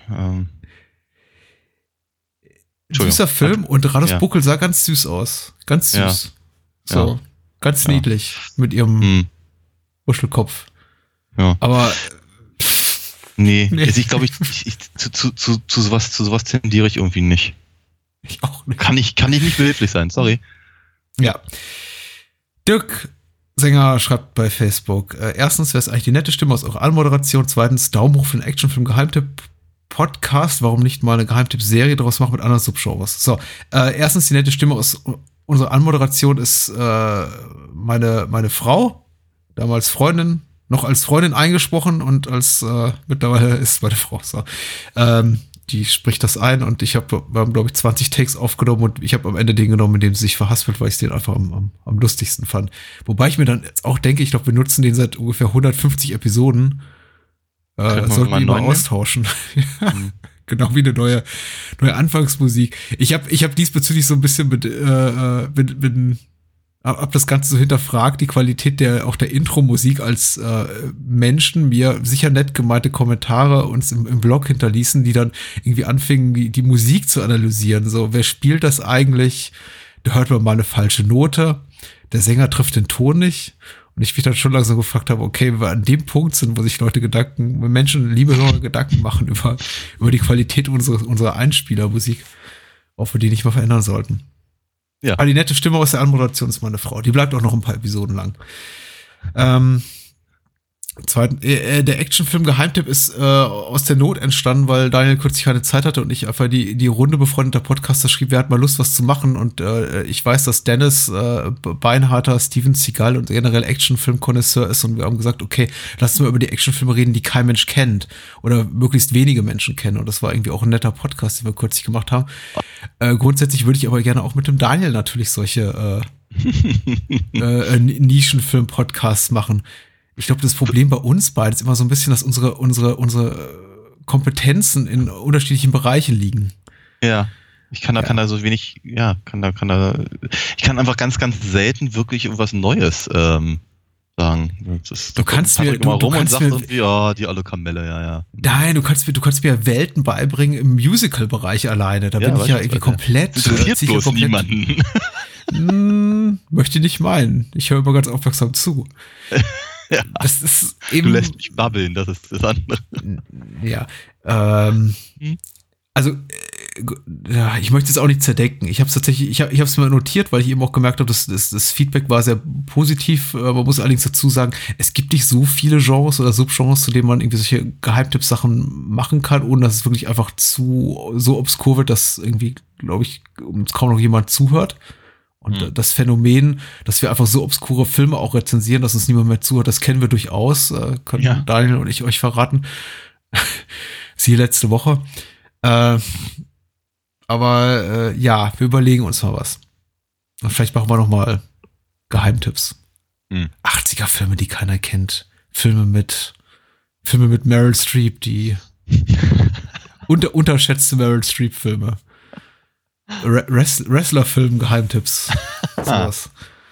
Süßer Film und Rados Buckel sah ganz süß aus. Ganz süß. So, ganz niedlich mit ihrem Wuschelkopf. Ja. Aber nee. Also ich glaube, zu sowas tendiere ich irgendwie nicht. Ich auch nicht. Kann ich nicht behilflich sein, sorry. Ja. Dirk Sänger schreibt bei Facebook, erstens, wer ist eigentlich die nette Stimme aus eurer Anmoderation? Zweitens, Daumen hoch für den Actionfilm Geheimtipp-Podcast. Warum nicht mal eine Geheimtipp-Serie daraus machen mit anderen Subgenres? So, erstens, die nette Stimme aus unserer Anmoderation ist meine Frau, damals Freundin, noch als Freundin eingesprochen und als mittlerweile ist meine Frau. So. Die spricht das ein und wir haben, glaube ich, 20 Takes aufgenommen und ich habe am Ende den genommen, in dem sie sich verhaspelt, weil ich den einfach am lustigsten fand. Wobei ich mir dann jetzt auch denke, ich glaube, wir nutzen den seit ungefähr 150 Episoden. Sollten wir mal austauschen. Genau wie eine neue Anfangsmusik. Ich hab diesbezüglich so ein bisschen hab das Ganze so hinterfragt, die Qualität der Intro-Musik, als Menschen mir sicher nett gemeinte Kommentare uns im Blog hinterließen, die dann irgendwie anfingen, die Musik zu analysieren. So, wer spielt das eigentlich? Da hört man mal eine falsche Note. Der Sänger trifft den Ton nicht. Und ich mich dann schon langsam gefragt habe, okay, wenn wir an dem Punkt sind, wo sich Menschen, liebe Hörer, Gedanken machen über die Qualität unserer Einspielermusik, ob wir die nicht mal verändern sollten. Ja. Aber die nette Stimme aus der Anmoderation ist meine Frau. Die bleibt auch noch ein paar Episoden lang. Zweitens, der Actionfilm Geheimtipp ist aus der Not entstanden, weil Daniel kürzlich keine Zeit hatte und ich einfach die Runde befreundeter Podcaster schrieb, wer hat mal Lust, was zu machen. Und ich weiß, dass Dennis beinharter Steven Seagal und generell Actionfilm-Konnoisseur ist und wir haben gesagt, okay, lass uns mal über die Actionfilme reden, die kein Mensch kennt oder möglichst wenige Menschen kennen. Und das war irgendwie auch ein netter Podcast, den wir kürzlich gemacht haben. Grundsätzlich würde ich aber gerne auch mit dem Daniel natürlich solche Nischenfilm-Podcasts machen. Ich glaube, das Problem bei uns beiden ist immer so ein bisschen, dass unsere Kompetenzen in unterschiedlichen Bereichen liegen. Ja. Ich kann da so wenig, ich kann einfach ganz, ganz selten wirklich irgendwas Neues sagen. Du kannst mir die alle Kamelle, ja. Nein, du kannst mir ja Welten beibringen im Musical-Bereich alleine. Da bin ich ja irgendwie komplett. Interessiert bloß niemanden. Möchte nicht meinen. Ich höre immer ganz aufmerksam zu. Ja, das ist eben, du lässt mich babbeln, das ist das andere. Ja, also ich möchte es auch nicht zerdenken. Ich habe es tatsächlich, ich habe es mir notiert, weil ich eben auch gemerkt habe, dass das Feedback war sehr positiv. Man muss allerdings dazu sagen, es gibt nicht so viele Genres oder Subgenres, zu denen man irgendwie solche Geheimtipp-Sachen machen kann, ohne dass es wirklich einfach so obskur wird, dass irgendwie, glaube ich, uns kaum noch jemand zuhört. Und das Phänomen, dass wir einfach so obskure Filme auch rezensieren, dass uns niemand mehr zuhört, das kennen wir durchaus. Können Daniel und ich euch verraten. Siehe letzte Woche. Aber wir überlegen uns mal was. Und vielleicht machen wir noch mal Geheimtipps. 80er-Filme, die keiner kennt. Filme mit Meryl Streep, die unterschätzte Meryl Streep-Filme. Wrestler-Film, Geheimtipps. Sowas.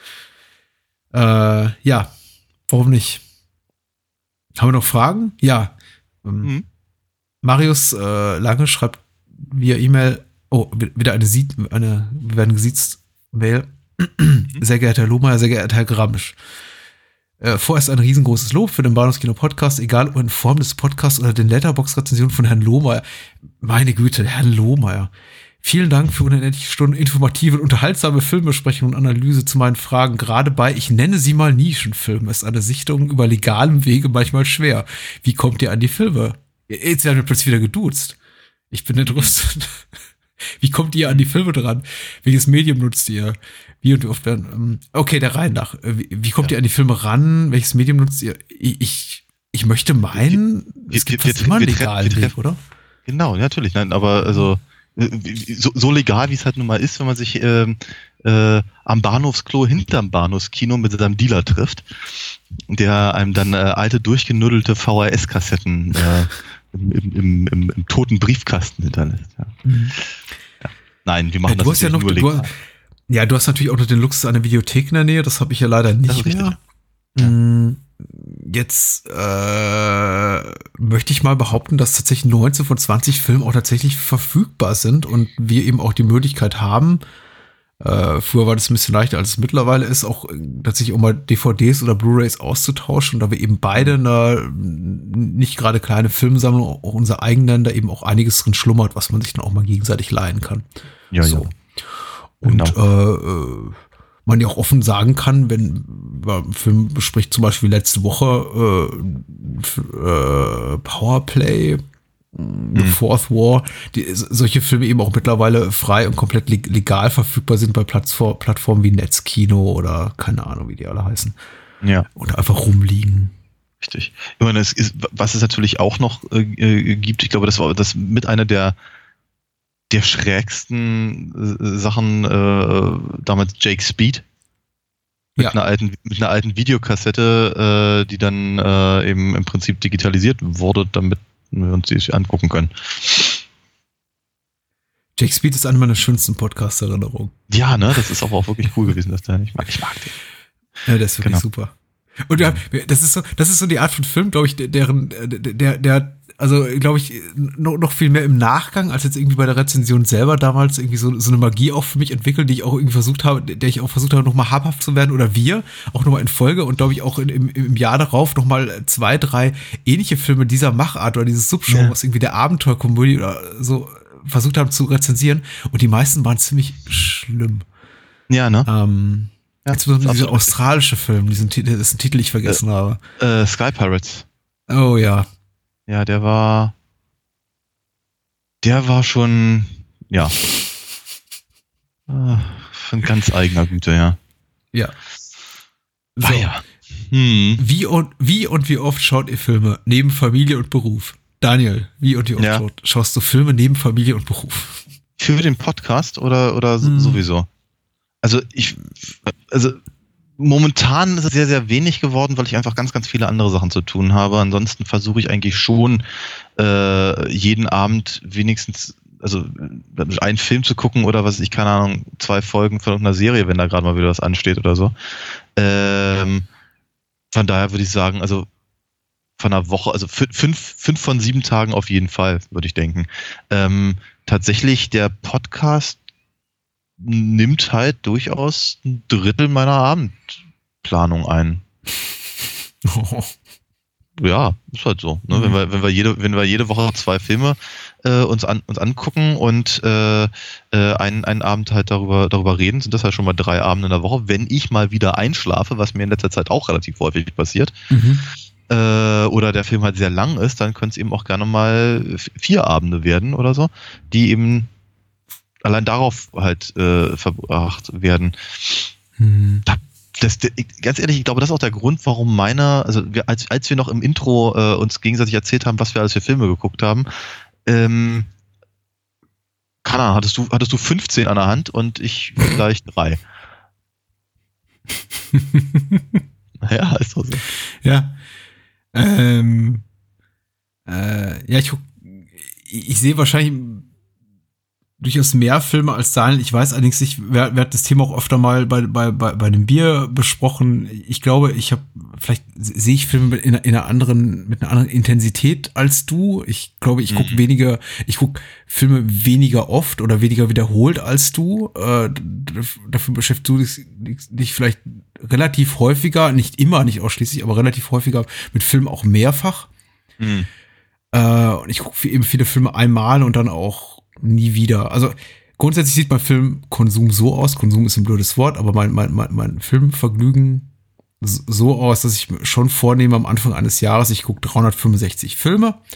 Warum nicht? Haben wir noch Fragen? Ja. Marius Lange schreibt via E-Mail, wieder wir werden gesiezt, Mail. Sehr geehrter Herr Lohmeier, sehr geehrter Herr Gramsch. Vorerst ein riesengroßes Lob für den Bahnhofskino-Podcast, egal ob in Form des Podcasts oder den Letterboxd-Rezensionen von Herrn Lohmeier. Meine Güte, Herrn Lohmeier. Vielen Dank für unendliche Stunden informative und unterhaltsame Filmbesprechung und Analyse zu meinen Fragen. Gerade bei, ich nenne sie mal Nischenfilmen, ist eine Sichtung über legalem Wege manchmal schwer. Wie kommt ihr an die Filme? Jetzt werden wir plötzlich wieder geduzt. Ich bin entrüstet. Wie kommt ihr an die Filme dran? Welches Medium nutzt ihr? Wie und wie oft werden, okay, der Reihe nach. Wie kommt ihr an die Filme ran? Welches Medium nutzt ihr? Ich möchte meinen, es gibt fast immer einen legalen Weg, oder? Genau, natürlich. Nein, aber also so legal, wie es halt nun mal ist, wenn man sich am Bahnhofsklo hinterm Bahnhofskino mit seinem Dealer trifft, der einem dann alte, durchgenuddelte VHS-Kassetten im toten Briefkasten hinterlässt. Ja. Ja. Nein, wir machen das ja noch, nur legal. Du hast natürlich auch noch den Luxus einer Videothek in der Nähe, das habe ich ja leider nicht mehr. Ja. Jetzt möchte ich mal behaupten, dass tatsächlich 19 von 20 Filmen auch tatsächlich verfügbar sind und wir eben auch die Möglichkeit haben, früher war das ein bisschen leichter, als es mittlerweile ist, auch tatsächlich auch mal DVDs oder Blu-rays auszutauschen, da wir eben beide in einer nicht gerade kleine Filmsammlung, auch unser eigenen, da eben auch einiges drin schlummert, was man sich dann auch mal gegenseitig leihen kann. Ja, so. Ja. Und genau. Man ja auch offen sagen kann, wenn man einen Film bespricht, zum Beispiel letzte Woche Powerplay, The Fourth War, solche Filme eben auch mittlerweile frei und komplett legal verfügbar sind bei Plattformen wie Netzkino oder keine Ahnung, wie die alle heißen. Ja. Oder einfach rumliegen. Richtig. Ich meine, was es natürlich auch noch gibt, ich glaube, das war das mit einer der schrägsten Sachen damals Jake Speed mit einer alten Videokassette, die dann eben im Prinzip digitalisiert wurde, damit wir uns die angucken können. Jake Speed ist eine meiner schönsten Podcast-Erinnerungen. Ja, ne, das ist aber auch wirklich cool gewesen, dass der ich mag den. Ja, der ist wirklich super. Und ja, das ist so die Art von Film, glaube ich, der also glaube ich, noch viel mehr im Nachgang, als jetzt irgendwie bei der Rezension selber damals irgendwie so eine Magie auch für mich entwickelt, die ich auch irgendwie versucht habe, nochmal habhaft zu werden, oder wir, auch nochmal in Folge und glaube ich auch im Jahr darauf nochmal 2, 3 ähnliche Filme dieser Machart oder dieses Subgenres, irgendwie der Abenteuerkomödie oder so versucht haben zu rezensieren, und die meisten waren ziemlich schlimm. Ja, ne? Jetzt dieser australische Film, dessen Titel ich vergessen habe. Sky Pirates. Oh ja. Ja, der war schon, ja, von ganz eigener Güte, ja. Ja. So. Ja. Wie oft schaut ihr Filme neben Familie und Beruf? Daniel, wie und wie oft schaust du Filme neben Familie und Beruf? Für den Podcast oder sowieso? Also momentan ist es sehr, sehr wenig geworden, weil ich einfach ganz, ganz viele andere Sachen zu tun habe. Ansonsten versuche ich eigentlich schon jeden Abend wenigstens einen Film zu gucken oder was ich, keine Ahnung, 2 Folgen von einer Serie, wenn da gerade mal wieder was ansteht oder so. Von daher würde ich sagen, also von einer Woche, also 5 von 7 Tagen auf jeden Fall, würde ich denken. Tatsächlich, der Podcast nimmt halt durchaus 1/3 meiner Abendplanung ein. Oh. Ja, ist halt so. Ne? Wenn wir jede Woche 2 Filme uns angucken und einen Abend halt darüber reden, sind das halt schon mal 3 Abende in der Woche. Wenn ich mal wieder einschlafe, was mir in letzter Zeit auch relativ häufig passiert, oder der Film halt sehr lang ist, dann können es eben auch gerne mal 4 Abende werden oder so, die eben allein darauf halt verbracht werden. Ganz ehrlich, ich glaube, das ist auch der Grund, warum als wir noch im Intro uns gegenseitig erzählt haben, was wir alles für Filme geguckt haben, keine Ahnung, hattest du 15 an der Hand und ich vielleicht 3. Ja, ist doch so. Ja. Ich sehe wahrscheinlich durchaus mehr Filme als Daniel. Ich weiß allerdings nicht, wir hatten das Thema auch öfter mal bei einem Bier besprochen. Ich glaube, vielleicht sehe ich Filme mit einer anderen Intensität als du. Ich glaube, ich gucke Filme weniger oft oder weniger wiederholt als du. Dafür beschäftigst du dich vielleicht relativ häufiger, nicht immer, nicht ausschließlich, aber relativ häufiger mit Filmen auch mehrfach. Und ich gucke eben viele Filme einmal und dann auch nie wieder. Also grundsätzlich sieht mein Filmkonsum so aus. Konsum ist ein blödes Wort, aber mein Filmvergnügen so aus, dass ich schon vornehme am Anfang eines Jahres, ich gucke 365 Filme.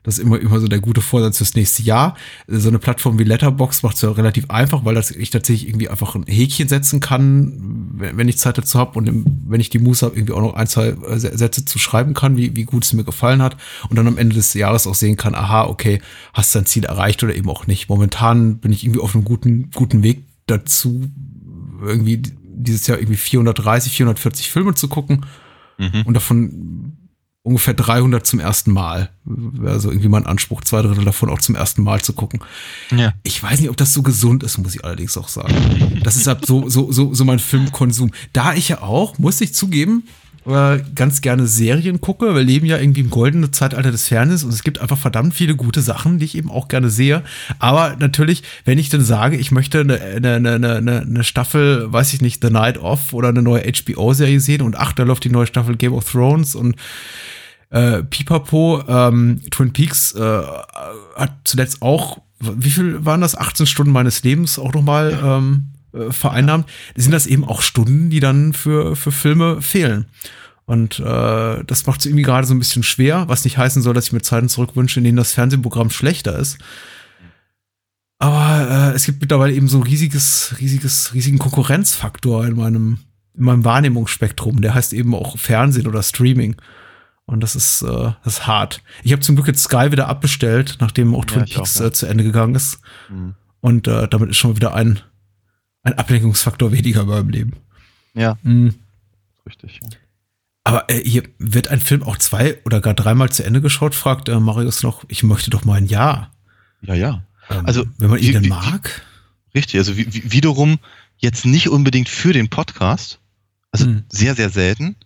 Das ist immer so der gute Vorsatz fürs nächste Jahr. So eine Plattform wie Letterboxd macht es ja relativ einfach, weil ich tatsächlich irgendwie einfach ein Häkchen setzen kann, wenn ich Zeit dazu habe und wenn ich die Muße habe, irgendwie auch noch 1, 2 Sätze zu schreiben kann, wie gut es mir gefallen hat und dann am Ende des Jahres auch sehen kann, aha, okay, hast dein Ziel erreicht oder eben auch nicht. Momentan bin ich irgendwie auf einem guten Weg dazu, irgendwie dieses Jahr irgendwie 430, 440 Filme zu gucken und davon ungefähr 300 zum ersten Mal. Wäre so irgendwie mein Anspruch, 2 Drittel davon auch zum ersten Mal zu gucken. Ja. Ich weiß nicht, ob das so gesund ist, muss ich allerdings auch sagen. Das ist halt so mein Filmkonsum. Da ich ja auch, muss ich zugeben, ganz gerne Serien gucke. Wir leben ja irgendwie im goldenen Zeitalter des Fernsehens und es gibt einfach verdammt viele gute Sachen, die ich eben auch gerne sehe. Aber natürlich, wenn ich dann sage, ich möchte eine Staffel, weiß ich nicht, The Night Of oder eine neue HBO-Serie sehen und da läuft die neue Staffel Game of Thrones und Pipapo, Twin Peaks hat zuletzt auch, wie viel waren das? 18 Stunden meines Lebens auch nochmal vereinnahmt. Sind das eben auch Stunden, die dann für Filme fehlen. Und das macht es irgendwie gerade so ein bisschen schwer, was nicht heißen soll, dass ich mir Zeiten zurückwünsche, in denen das Fernsehprogramm schlechter ist. Aber es gibt mittlerweile eben so riesigen Konkurrenzfaktor in meinem Wahrnehmungsspektrum. Der heißt eben auch Fernsehen oder Streaming. Und das ist hart. Ich habe zum Glück jetzt Sky wieder abbestellt, nachdem auch Twin Peaks zu Ende gegangen ist. Und damit ist schon mal wieder ein Ablenkungsfaktor weniger in meinem Leben. Ja. Richtig, ja. Aber hier wird ein Film auch 2 oder gar 3-mal zu Ende geschaut, fragt Marius noch, ich möchte doch mal ein Ja. Ja. Also, wenn man ihn denn mag. Richtig, also wiederum jetzt nicht unbedingt für den Podcast. Also sehr, sehr selten.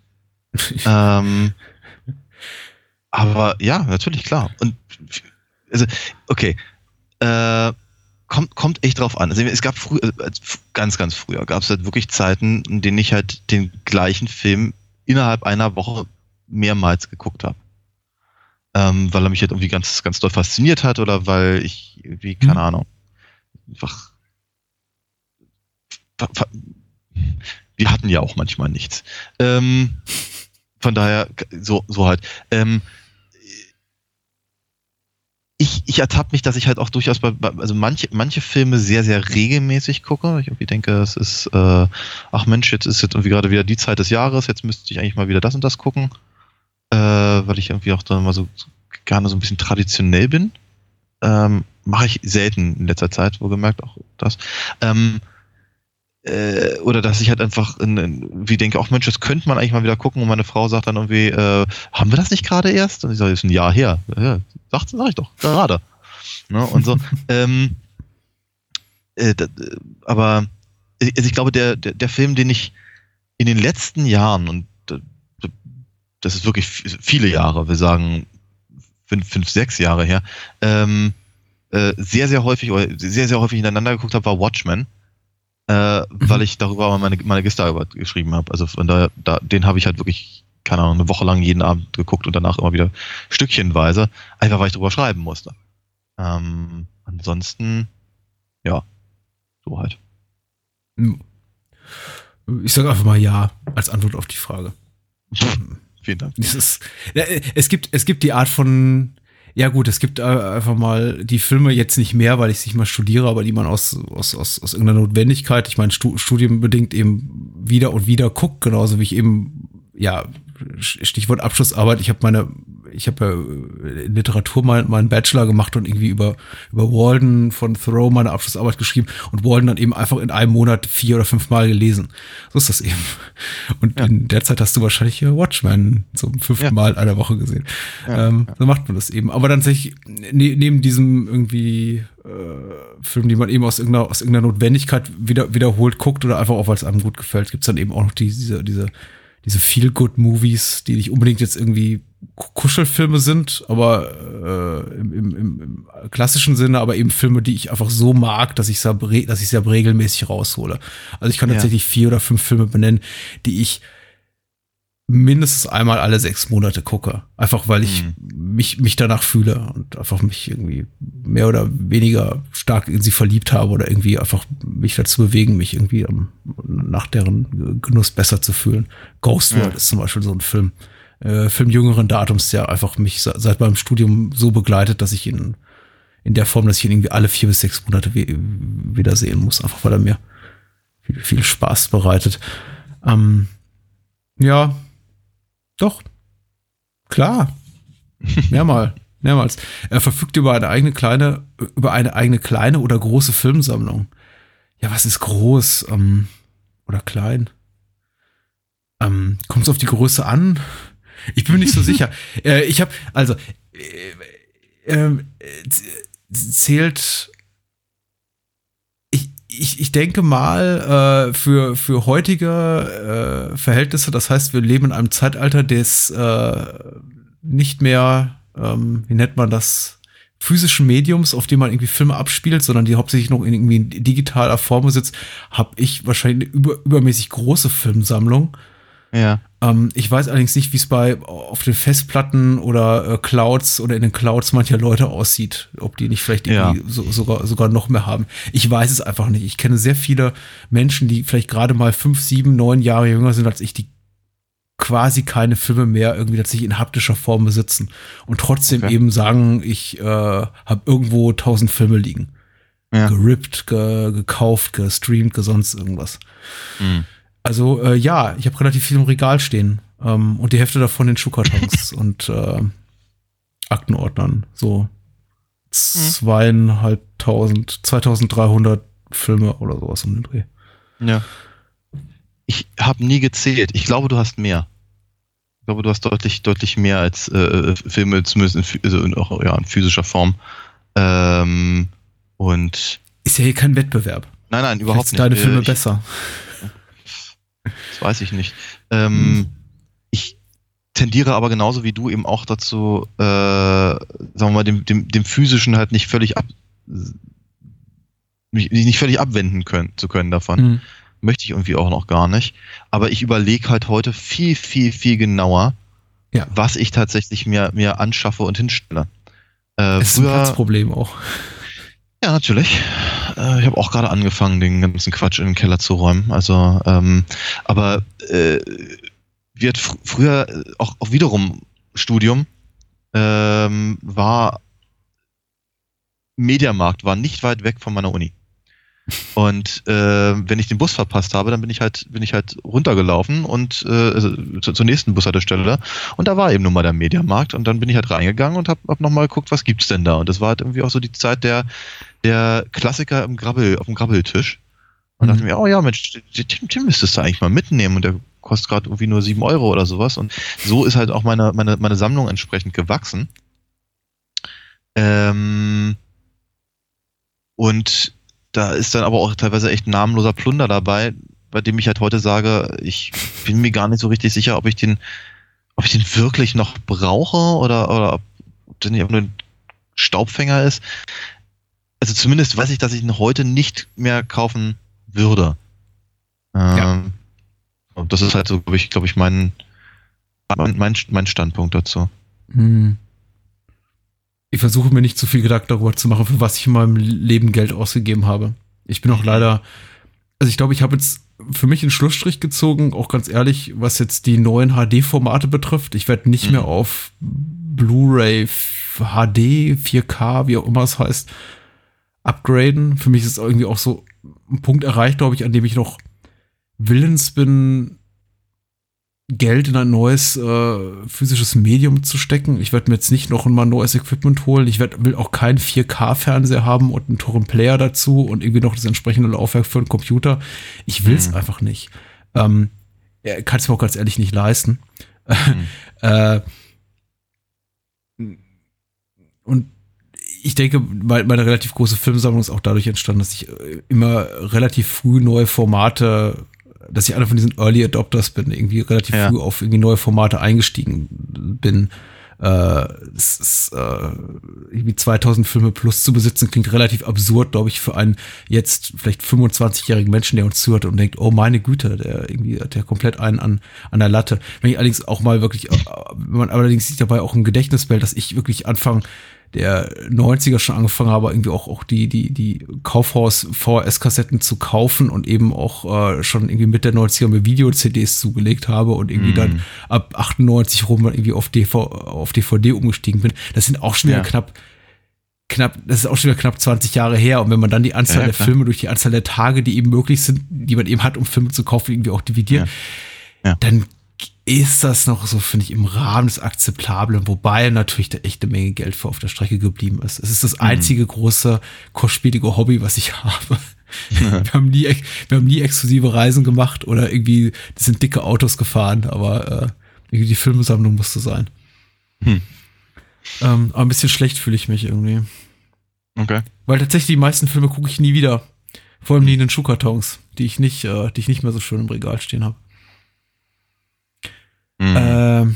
Aber ja, natürlich, klar. Und also, okay. Kommt echt drauf an. Also es gab ganz früher gab es halt wirklich Zeiten, in denen ich halt den gleichen Film innerhalb einer Woche mehrmals geguckt habe. Weil er mich halt irgendwie ganz doll fasziniert hat oder weil ich irgendwie, keine Ahnung, einfach wir hatten ja auch manchmal nichts. Von daher, so halt. Ich ertappe mich, dass ich halt auch durchaus also manche Filme sehr, sehr regelmäßig gucke. Ich irgendwie denke, es ist, ach Mensch, jetzt ist irgendwie gerade wieder die Zeit des Jahres, jetzt müsste ich eigentlich mal wieder das und das gucken. Weil ich irgendwie auch dann mal so gerne so ein bisschen traditionell bin. Mache ich selten in letzter Zeit, wohlgemerkt auch das. Oder dass ich halt einfach wie denke, ach Mensch, das könnte man eigentlich mal wieder gucken und meine Frau sagt dann irgendwie, haben wir das nicht gerade erst? Und ich sage, das ist ein Jahr her. Ja, sag ich doch, gerade. Ne, und so. Aber also ich glaube, der Film, den ich in den letzten Jahren, und das ist wirklich viele Jahre, wir sagen 5, 6 Jahre her, sehr, sehr häufig hintereinander geguckt habe, war Watchmen. Weil ich darüber meine Magisterarbeit geschrieben habe. Also von daher, den habe ich halt wirklich, keine Ahnung, eine Woche lang jeden Abend geguckt und danach immer wieder stückchenweise, einfach weil ich drüber schreiben musste. Ansonsten, ja, so halt. Ich sage einfach mal ja als Antwort auf die Frage. Vielen Dank. Es gibt die Art von, ja gut, es gibt einfach mal die Filme jetzt nicht mehr, weil ich es nicht mal studiere, aber die man aus irgendeiner Notwendigkeit, ich meine studienbedingt eben wieder und wieder guckt, genauso wie ich eben, ja, Stichwort Abschlussarbeit, ich habe in Literatur meinen Bachelor gemacht und irgendwie über Walden von Thoreau meine Abschlussarbeit geschrieben und Walden dann eben einfach in einem Monat 4 oder 5 Mal gelesen. So ist das eben. Und in der Zeit hast du wahrscheinlich Watchmen zum 5. Mal einer Woche gesehen. So macht man das eben. Aber dann tatsächlich neben diesem irgendwie Film, die man eben aus irgendeiner Notwendigkeit wiederholt guckt oder einfach auch, weil es einem gut gefällt, gibt's dann eben auch noch diese Feel-Good-Movies, die nicht unbedingt jetzt irgendwie Kuschelfilme sind, aber im klassischen Sinne, aber eben Filme, die ich einfach so mag, dass ich sehr regelmäßig raushole. Also ich kann tatsächlich 4 oder 5 Filme benennen, die ich mindestens einmal alle 6 Monate gucke. Einfach weil ich mich danach fühle und einfach mich irgendwie mehr oder weniger stark in sie verliebt habe oder irgendwie einfach mich dazu bewegen, mich irgendwie nach deren Genuss besser zu fühlen. Ghost World ist zum Beispiel so ein Film. Film jüngeren Datums, der einfach mich seit meinem Studium so begleitet, dass ich ihn in der Form, dass ich ihn irgendwie alle 4 bis 6 Monate wieder sehen muss, einfach weil er mir viel Spaß bereitet. Ja, doch, klar, mehrmals. Er verfügt über eine eigene kleine oder große Filmsammlung. Ja, was ist groß oder klein? Kommt es auf die Größe an? Ich bin mir nicht so sicher. Ich habe, also, zählt, ich denke mal, für heutige Verhältnisse, das heißt, wir leben in einem Zeitalter des nicht mehr, wie nennt man das, physischen Mediums, auf dem man irgendwie Filme abspielt, sondern die hauptsächlich noch in irgendwie digitaler Form besitzt, habe ich wahrscheinlich eine übermäßig große Filmsammlung. Ja. Ich weiß allerdings nicht, wie es auf den Festplatten oder Clouds oder in den Clouds mancher Leute aussieht, ob die nicht vielleicht irgendwie sogar noch mehr haben. Ich weiß es einfach nicht. Ich kenne sehr viele Menschen, die vielleicht gerade mal 5, 7, 9 Jahre jünger sind als ich, die quasi keine Filme mehr irgendwie tatsächlich in haptischer Form besitzen und trotzdem eben sagen, ich habe irgendwo 1000 Filme liegen. Ja. Gerippt, gekauft, gestreamt, sonst irgendwas. Mhm. Also ich habe relativ viel im Regal stehen und die Hälfte davon in Schuhkartons und Aktenordnern. So 2300 Filme oder sowas um den Dreh. Ja. Ich habe nie gezählt. Ich glaube, du hast mehr. Ich glaube, du hast deutlich mehr als Filme, zumindest in physischer Form. Und ist ja hier kein Wettbewerb. Nein, überhaupt nicht. Deine Filme besser. Das weiß ich nicht. Ich tendiere aber genauso wie du eben auch dazu, sagen wir mal, dem Physischen halt nicht völlig abwenden zu können davon. Mhm. Möchte ich irgendwie auch noch gar nicht. Aber ich überlege halt heute viel, viel, viel genauer, was ich tatsächlich mir anschaffe und hinstelle. Das ist ein Platzproblem auch. Ja, natürlich. Ich habe auch gerade angefangen, den ganzen Quatsch in den Keller zu räumen. Also, aber wird früher auch wiederum Studium Mediamarkt war nicht weit weg von meiner Uni. Und wenn ich den Bus verpasst habe, dann bin ich halt runtergelaufen und zur nächsten Bushaltestelle und da war eben nun mal der Mediamarkt und dann bin ich halt reingegangen und hab nochmal geguckt, was gibt's denn da? Und das war halt irgendwie auch so die Zeit der Klassiker auf dem Grabbeltisch. Und dachte mir, oh ja, Mensch, den müsstest du eigentlich mal mitnehmen und der kostet gerade irgendwie nur 7 Euro oder sowas. Und so ist halt auch meine Sammlung entsprechend gewachsen. Und da ist dann aber auch teilweise echt namenloser Plunder dabei, bei dem ich halt heute sage, ich bin mir gar nicht so richtig sicher, ob ich den wirklich noch brauche oder ob das nicht nur ein Staubfänger ist. Also zumindest weiß ich, dass ich ihn heute nicht mehr kaufen würde. Und das ist halt so, glaube ich, mein Standpunkt dazu. Hm. Ich versuche mir nicht zu viel Gedanken darüber zu machen, für was ich in meinem Leben Geld ausgegeben habe. Ich bin auch leider, also ich glaube, ich habe jetzt für mich einen Schlussstrich gezogen, auch ganz ehrlich, was jetzt die neuen HD-Formate betrifft. Ich werde nicht mehr auf Blu-ray HD, 4K, wie auch immer es heißt, upgraden. Für mich ist irgendwie auch so ein Punkt erreicht, glaube ich, an dem ich noch willens bin, Geld in ein neues physisches Medium zu stecken. Ich werde mir jetzt nicht noch mal neues Equipment holen. Ich will auch keinen 4K-Fernseher haben und einen teuren Player dazu und irgendwie noch das entsprechende Laufwerk für einen Computer. Ich will es einfach nicht. Kann es mir auch ganz ehrlich nicht leisten. Und ich denke, meine relativ große Filmsammlung ist auch dadurch entstanden, dass ich immer relativ früh neue Formate, dass ich einer von diesen Early Adopters bin, irgendwie relativ früh auf irgendwie neue Formate eingestiegen bin. Es ist irgendwie 2000 Filme plus zu besitzen, klingt relativ absurd, glaube ich, für einen jetzt vielleicht 25-jährigen Menschen, der uns zuhört und denkt, oh meine Güte, der hat ja komplett einen an der Latte. Wenn ich allerdings auch mal wirklich, wenn man allerdings sich dabei auch im Gedächtnis behält, dass ich wirklich Anfang der 90er schon angefangen habe, irgendwie auch die Kaufhaus-VHS-Kassetten zu kaufen und eben auch schon irgendwie mit der 90er mir Video-CDs zugelegt habe und irgendwie dann ab 98 rum irgendwie auf DVD umgestiegen bin. Das sind auch schon wieder knapp, das ist auch schon wieder knapp 20 Jahre her. Und wenn man dann die Anzahl der Filme durch die Anzahl der Tage, die eben möglich sind, die man eben hat, um Filme zu kaufen, irgendwie auch dividiert, dann ist das noch so, finde ich, im Rahmen des Akzeptablen, wobei natürlich da echt eine Menge Geld für auf der Strecke geblieben ist. Es ist das einzige große, kostspielige Hobby, was ich habe. Wir haben nie exklusive Reisen gemacht oder irgendwie sind dicke Autos gefahren, aber die Filmsammlung musste sein. Aber ein bisschen schlecht fühle ich mich irgendwie. Okay. Weil tatsächlich die meisten Filme gucke ich nie wieder. Vor allem die in den Schuhkartons, die ich nicht mehr so schön im Regal stehen habe. Werden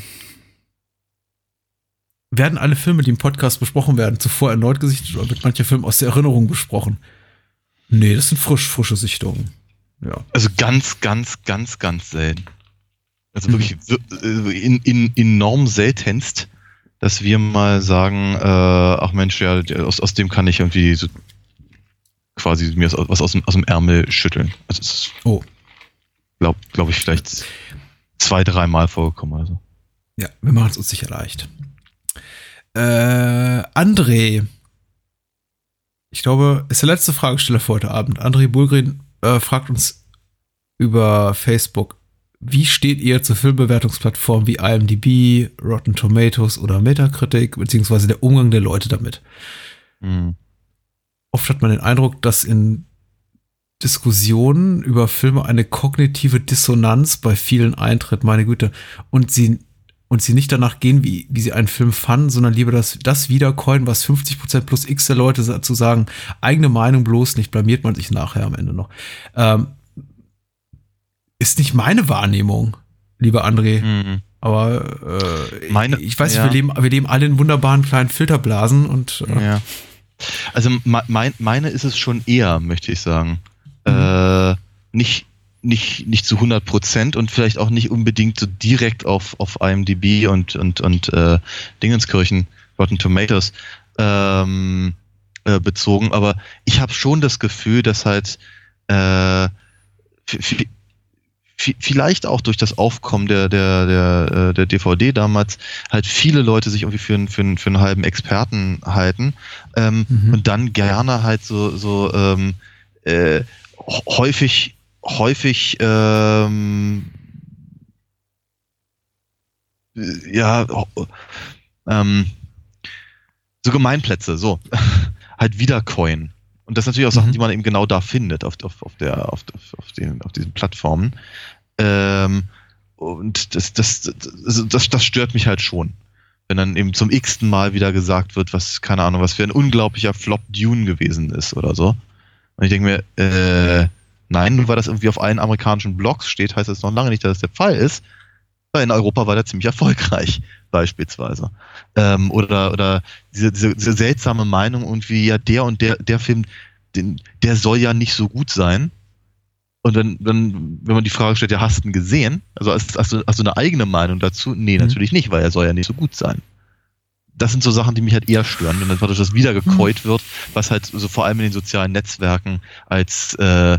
alle Filme, die im Podcast besprochen werden, zuvor erneut gesichtet oder wird mancher Film aus der Erinnerung besprochen? Nee, das sind frische Sichtungen. Ja. Also ganz, ganz, ganz, ganz selten. Also wirklich enorm seltenst, dass wir mal sagen, ach Mensch, ja, aus dem kann ich irgendwie so quasi mir was aus dem Ärmel schütteln. Also es ist, glaube ich, vielleicht 2-3 Mal vorgekommen. Also. Ja, wir machen es uns sicher leicht. André, ich glaube, ist der letzte Fragesteller für heute Abend. André Bulgrin fragt uns über Facebook, wie steht ihr zu Filmbewertungsplattformen wie IMDb, Rotten Tomatoes oder Metacritic, beziehungsweise der Umgang der Leute damit? Oft hat man den Eindruck, dass in Diskussionen über Filme eine kognitive Dissonanz bei vielen eintritt, meine Güte, und sie nicht danach gehen, wie sie einen Film fanden, sondern lieber das wiedercoin, was 50% plus X der Leute dazu sagen, eigene Meinung bloß nicht, blamiert man sich nachher am Ende noch. Ist nicht meine Wahrnehmung, lieber André, aber ich weiß nicht, wir leben alle in wunderbaren kleinen Filterblasen und Also meine ist es schon eher, möchte ich sagen. Nicht zu 100% und vielleicht auch nicht unbedingt so direkt auf IMDb und Dingenskirchen, Rotten Tomatoes bezogen, aber ich habe schon das Gefühl, dass halt vielleicht auch durch das Aufkommen der DVD damals halt viele Leute sich irgendwie für einen halben Experten halten und dann gerne halt so häufig so Gemeinplätze, so halt wiedercoin. Und das sind natürlich auch Sachen, die man eben genau da findet auf diesen Plattformen. Und das stört mich halt schon. Wenn dann eben zum x-ten Mal wieder gesagt wird, was für ein unglaublicher Flop Dune gewesen ist oder so. Und ich denke mir, nein, nur weil das irgendwie auf allen amerikanischen Blogs steht, heißt das noch lange nicht, dass das der Fall ist. Weil in Europa war der ziemlich erfolgreich, beispielsweise. Oder diese seltsame Meinung irgendwie, ja, der und der Film, der soll ja nicht so gut sein. Und dann, wenn man die Frage stellt, ja, hast du ihn gesehen? Also hast du eine eigene Meinung dazu? Nee, natürlich nicht, weil er soll ja nicht so gut sein. Das sind so Sachen, die mich halt eher stören, wenn einfach durch das wiedergekäut wird, was halt so vor allem in den sozialen Netzwerken als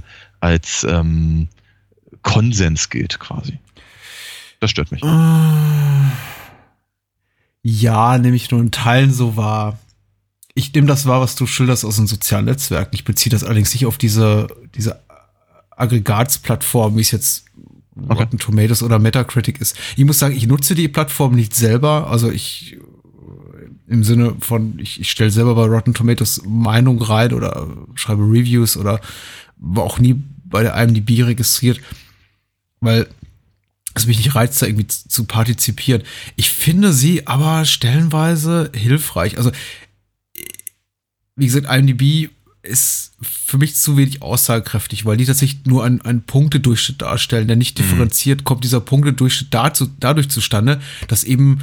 Konsens gilt quasi. Das stört mich. Ja, nehme ich nur in Teilen so wahr. Ich nehme das wahr, was du schilderst aus den sozialen Netzwerken. Ich beziehe das allerdings nicht auf diese Aggregatsplattform, wie es jetzt Rotten Tomatoes oder Metacritic ist. Ich muss sagen, ich nutze die Plattform nicht selber. Also im Sinne von, ich stelle selber bei Rotten Tomatoes Meinung rein oder schreibe Reviews oder war auch nie bei der IMDb registriert, weil es mich nicht reizt, da irgendwie zu partizipieren. Ich finde sie aber stellenweise hilfreich. Also, wie gesagt, IMDb ist für mich zu wenig aussagekräftig, weil die tatsächlich nur einen Punktedurchschnitt darstellen, der nicht differenziert, kommt dieser Punktedurchschnitt dadurch zustande, dass eben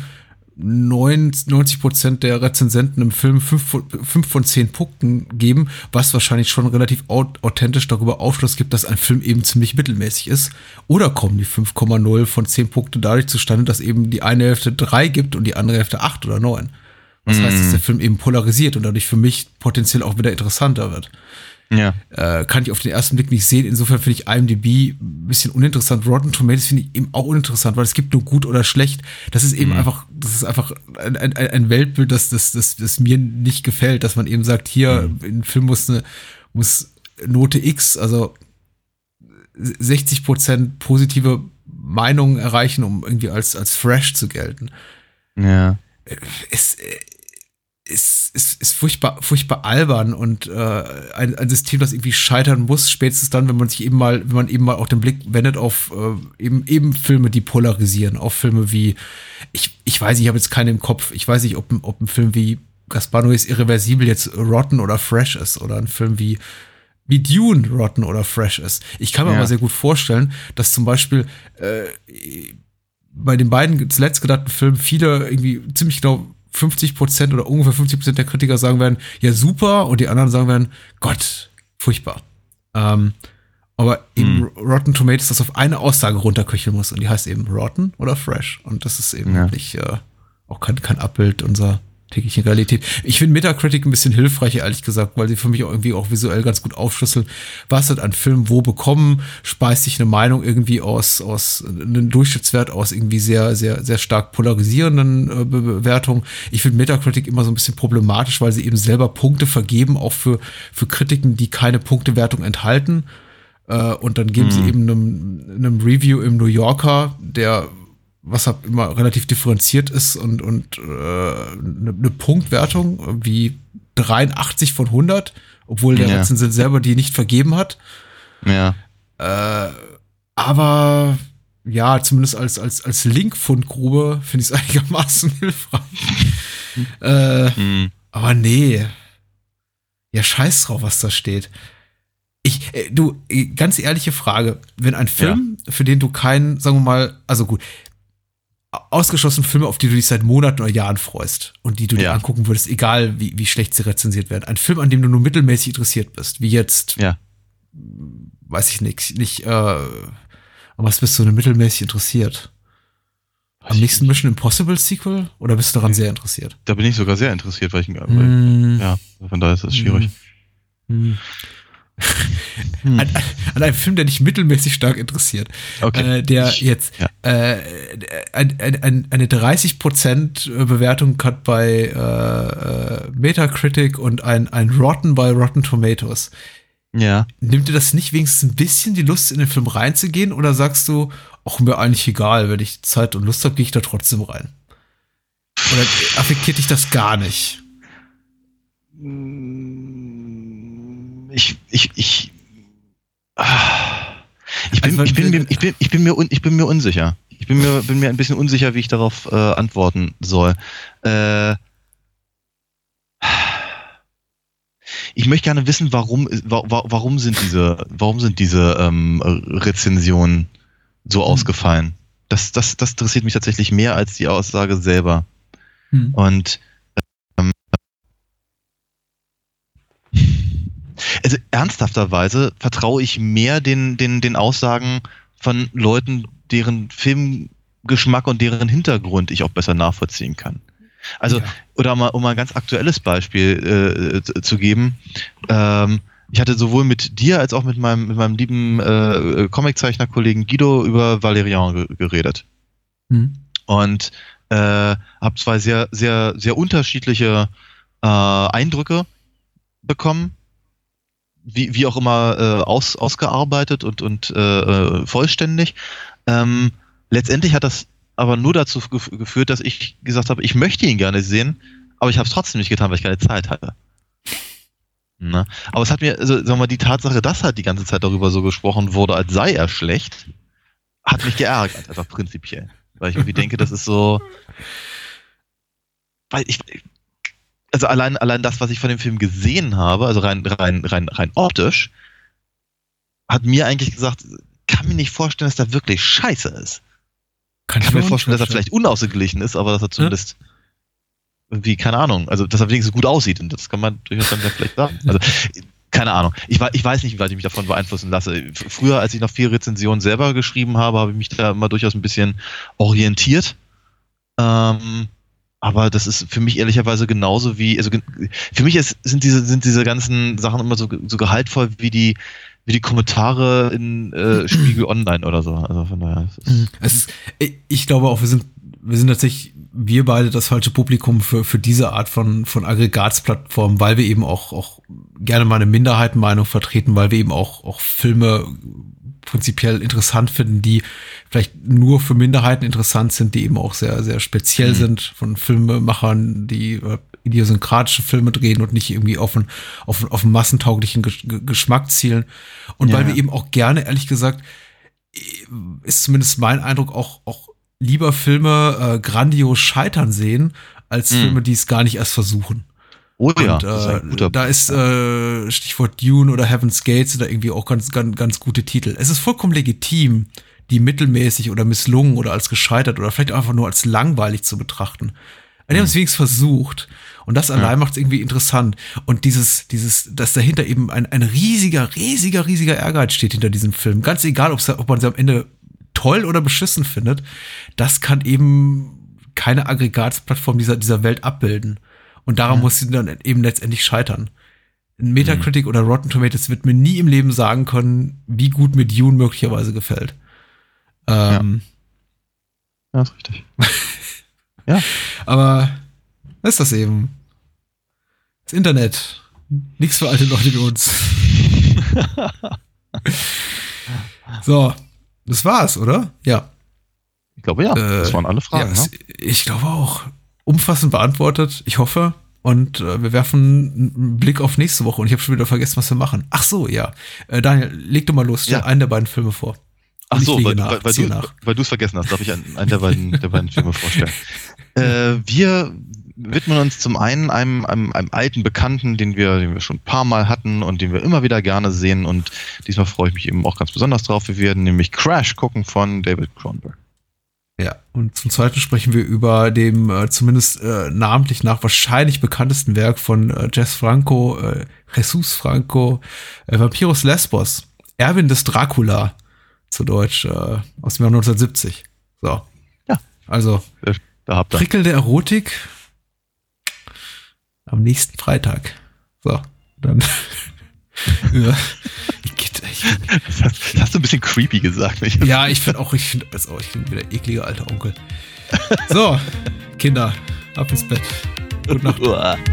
90% der Rezensenten im Film 5 von 10 Punkten geben, was wahrscheinlich schon relativ authentisch darüber Aufschluss gibt, dass ein Film eben ziemlich mittelmäßig ist. Oder kommen die 5,0 von 10 Punkte dadurch zustande, dass eben die eine Hälfte 3 gibt und die andere Hälfte 8 oder 9. Was heißt, dass der Film eben polarisiert und dadurch für mich potenziell auch wieder interessanter wird. Ja. Kann ich auf den ersten Blick nicht sehen. Insofern finde ich IMDb ein bisschen uninteressant. Rotten Tomatoes finde ich eben auch uninteressant, weil es gibt nur gut oder schlecht. Das ist eben einfach ein Weltbild, das mir nicht gefällt, dass man eben sagt, hier, ein Film muss Note X, also 60% positive Meinungen erreichen, um irgendwie als fresh zu gelten. Ja. Es ist furchtbar albern und ein System, das irgendwie scheitern muss, spätestens dann, wenn man eben mal auch den Blick wendet auf eben Filme, die polarisieren, auf Filme wie, ich weiß nicht, ich habe jetzt keinen im Kopf, ich weiß nicht, ob ein Film wie Gaspar Noés Irreversibel jetzt rotten oder fresh ist oder ein Film wie Dune rotten oder fresh ist. Ich kann mir aber sehr gut vorstellen, dass zum Beispiel bei den beiden zuletzt genannten Filmen viele irgendwie ziemlich genau 50% oder ungefähr 50% der Kritiker sagen werden, ja super, und die anderen sagen werden, Gott, furchtbar. Aber eben Rotten Tomatoes das auf eine Aussage runterköcheln muss und die heißt eben rotten oder fresh und das ist eben wirklich auch kein Abbild unserer täglichen Realität. Ich finde Metacritic ein bisschen hilfreich, ehrlich gesagt, weil sie für mich auch irgendwie auch visuell ganz gut aufschlüsseln, was hat ein Film wo bekommen, speist sich eine Meinung irgendwie aus einem Durchschnittswert aus irgendwie sehr, sehr, sehr stark polarisierenden Bewertungen. Ich finde Metacritic immer so ein bisschen problematisch, weil sie eben selber Punkte vergeben, auch für Kritiken, die keine Punktewertung enthalten. Und dann geben sie eben einem Review im New Yorker, der was halt immer relativ differenziert ist und eine Punktwertung wie 83 von 100, obwohl der Rezensent selber die nicht vergeben hat. Ja. Aber ja, zumindest als Link-Fundgrube finde ich es einigermaßen hilfreich. Aber nee. Ja, scheiß drauf, was da steht. Ganz ehrliche Frage, wenn ein Film, für den du keinen, sagen wir mal, also gut, ausgeschlossen Filme, auf die du dich seit Monaten oder Jahren freust und die du dir angucken würdest, egal wie schlecht sie rezensiert werden. Ein Film, an dem du nur mittelmäßig interessiert bist, wie jetzt, weiß ich nicht, aber was bist du denn mittelmäßig interessiert? Am nächsten Mission Impossible Sequel? Oder bist du daran sehr interessiert? Da bin ich sogar sehr interessiert, weil von daher ist das schwierig. An einem Film, der dich mittelmäßig stark interessiert. Okay. Der jetzt eine 30% Bewertung hat bei Metacritic und ein Rotten bei Rotten Tomatoes. Ja. Nimmt dir das nicht wenigstens ein bisschen die Lust, in den Film reinzugehen? Oder sagst du, ach, mir eigentlich egal, wenn ich Zeit und Lust habe, gehe ich da trotzdem rein? Oder affektiert dich das gar nicht? Ich bin mir unsicher. Ich bin mir ein bisschen unsicher, wie ich darauf antworten soll. Ich möchte gerne wissen, warum sind diese Rezensionen so ausgefallen. Das interessiert mich tatsächlich mehr als die Aussage selber. Und also ernsthafterweise vertraue ich mehr den Aussagen von Leuten, deren Filmgeschmack und deren Hintergrund ich auch besser nachvollziehen kann. Also, oder um mal ein ganz aktuelles Beispiel zu geben, ich hatte sowohl mit dir als auch mit meinem lieben Comiczeichner-Kollegen Guido über Valerian geredet. Und habe zwei sehr, sehr, sehr unterschiedliche Eindrücke bekommen, wie auch immer ausgearbeitet und vollständig. Letztendlich hat das aber nur dazu geführt, dass ich gesagt habe, ich möchte ihn gerne sehen, aber ich habe es trotzdem nicht getan, weil ich keine Zeit hatte. Na? Aber es hat mir, also sagen wir mal, die Tatsache, dass halt die ganze Zeit darüber so gesprochen wurde, als sei er schlecht, hat mich geärgert, einfach prinzipiell. Weil ich irgendwie denke, das ist so, weil also allein das, was ich von dem Film gesehen habe, also rein optisch, hat mir eigentlich gesagt, kann mir nicht vorstellen, dass der wirklich scheiße ist. Kann mir vorstellen, dass er vielleicht unausgeglichen ist, aber dass er zumindest irgendwie, keine Ahnung, also dass er wenigstens gut aussieht, und das kann man durchaus dann vielleicht sagen. Also, keine Ahnung. Ich weiß nicht, wie weit ich mich davon beeinflussen lasse. Früher, als ich noch viel Rezensionen selber geschrieben habe, habe ich mich da immer durchaus ein bisschen orientiert. Aber das ist für mich ehrlicherweise genauso wie, also für mich sind diese ganzen Sachen immer so gehaltvoll wie die Kommentare in Spiegel Online oder so. Also von daher. Ich glaube auch, wir sind tatsächlich, wir beide das falsche Publikum für diese Art von Aggregatsplattformen, weil wir eben auch gerne mal eine Minderheitenmeinung vertreten, weil wir eben auch Filme prinzipiell interessant finden, die vielleicht nur für Minderheiten interessant sind, die eben auch sehr, sehr speziell sind von Filmemachern, die idiosynkratische Filme drehen und nicht irgendwie auf einen massentauglichen Geschmack zielen. Und weil wir eben auch gerne, ehrlich gesagt, ist zumindest mein Eindruck, auch lieber Filme grandios scheitern sehen, als Filme, die es gar nicht erst versuchen. Oh ja, und, das ist ein guter da ist Stichwort Dune oder Heaven's Gates oder irgendwie auch ganz gute Titel. Es ist vollkommen legitim, die mittelmäßig oder misslungen oder als gescheitert oder vielleicht einfach nur als langweilig zu betrachten. Die haben es wenigstens versucht. Und das allein macht es irgendwie interessant. Und dass dahinter eben ein riesiger Ehrgeiz steht hinter diesem Film. Ganz egal, ob man sie am Ende toll oder beschissen findet, das kann eben keine Aggregatsplattform dieser Welt abbilden. Und daran muss sie dann eben letztendlich scheitern. Ein Metacritic oder Rotten Tomatoes wird mir nie im Leben sagen können, wie gut mir Dune möglicherweise gefällt. Ja, ist richtig. Ja. Aber das ist das eben. Das Internet. Nichts für alte Leute wie uns. So, das war's, oder? Ja. Ich glaube ja. Das waren alle Fragen. Ja, ich glaube auch. Umfassend beantwortet, ich hoffe. Und wir werfen einen Blick auf nächste Woche. Und ich habe schon wieder vergessen, was wir machen. Ach so, ja. Daniel, leg doch mal los. Stell einen der beiden Filme vor. Ach so, weil du es vergessen hast, darf ich einen der beiden Filme vorstellen. Wir widmen uns zum einen einem alten Bekannten, den wir schon ein paar Mal hatten und den wir immer wieder gerne sehen. Und diesmal freue ich mich eben auch ganz besonders drauf. Wir werden nämlich Crash gucken von David Cronenberg. Ja, und zum Zweiten sprechen wir über dem zumindest namentlich nach wahrscheinlich bekanntesten Werk von Jesus Franco, Vampiros Lesbos, Erwin des Dracula, zu Deutsch, aus dem Jahr 1970. So. Ja. Also, prickelnde Erotik am nächsten Freitag. So, dann. Das hast du ein bisschen creepy gesagt. Nicht? Ja, ich bin wieder ekliger alter Onkel. So, Kinder, ab ins Bett. Gute Nacht.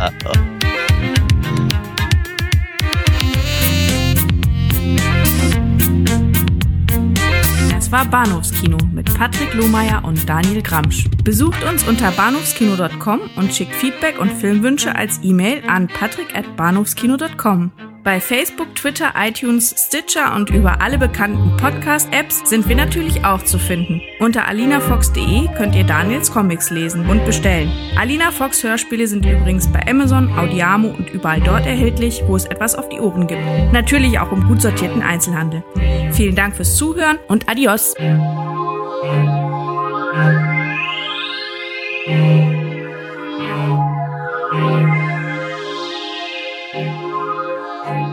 Das war Bahnhofskino mit Patrick Lohmeier und Daniel Gramsch. Besucht uns unter bahnhofskino.com und schickt Feedback und Filmwünsche als E-Mail an patrick@bahnhofskino.com. Bei Facebook, Twitter, iTunes, Stitcher und über alle bekannten Podcast-Apps sind wir natürlich auch zu finden. Unter alinafox.de könnt ihr Daniels Comics lesen und bestellen. Alina Fox Hörspiele sind übrigens bei Amazon, Audiamo und überall dort erhältlich, wo es etwas auf die Ohren gibt. Natürlich auch im gut sortierten Einzelhandel. Vielen Dank fürs Zuhören und adios!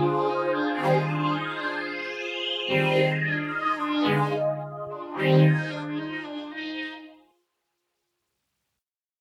Yeah.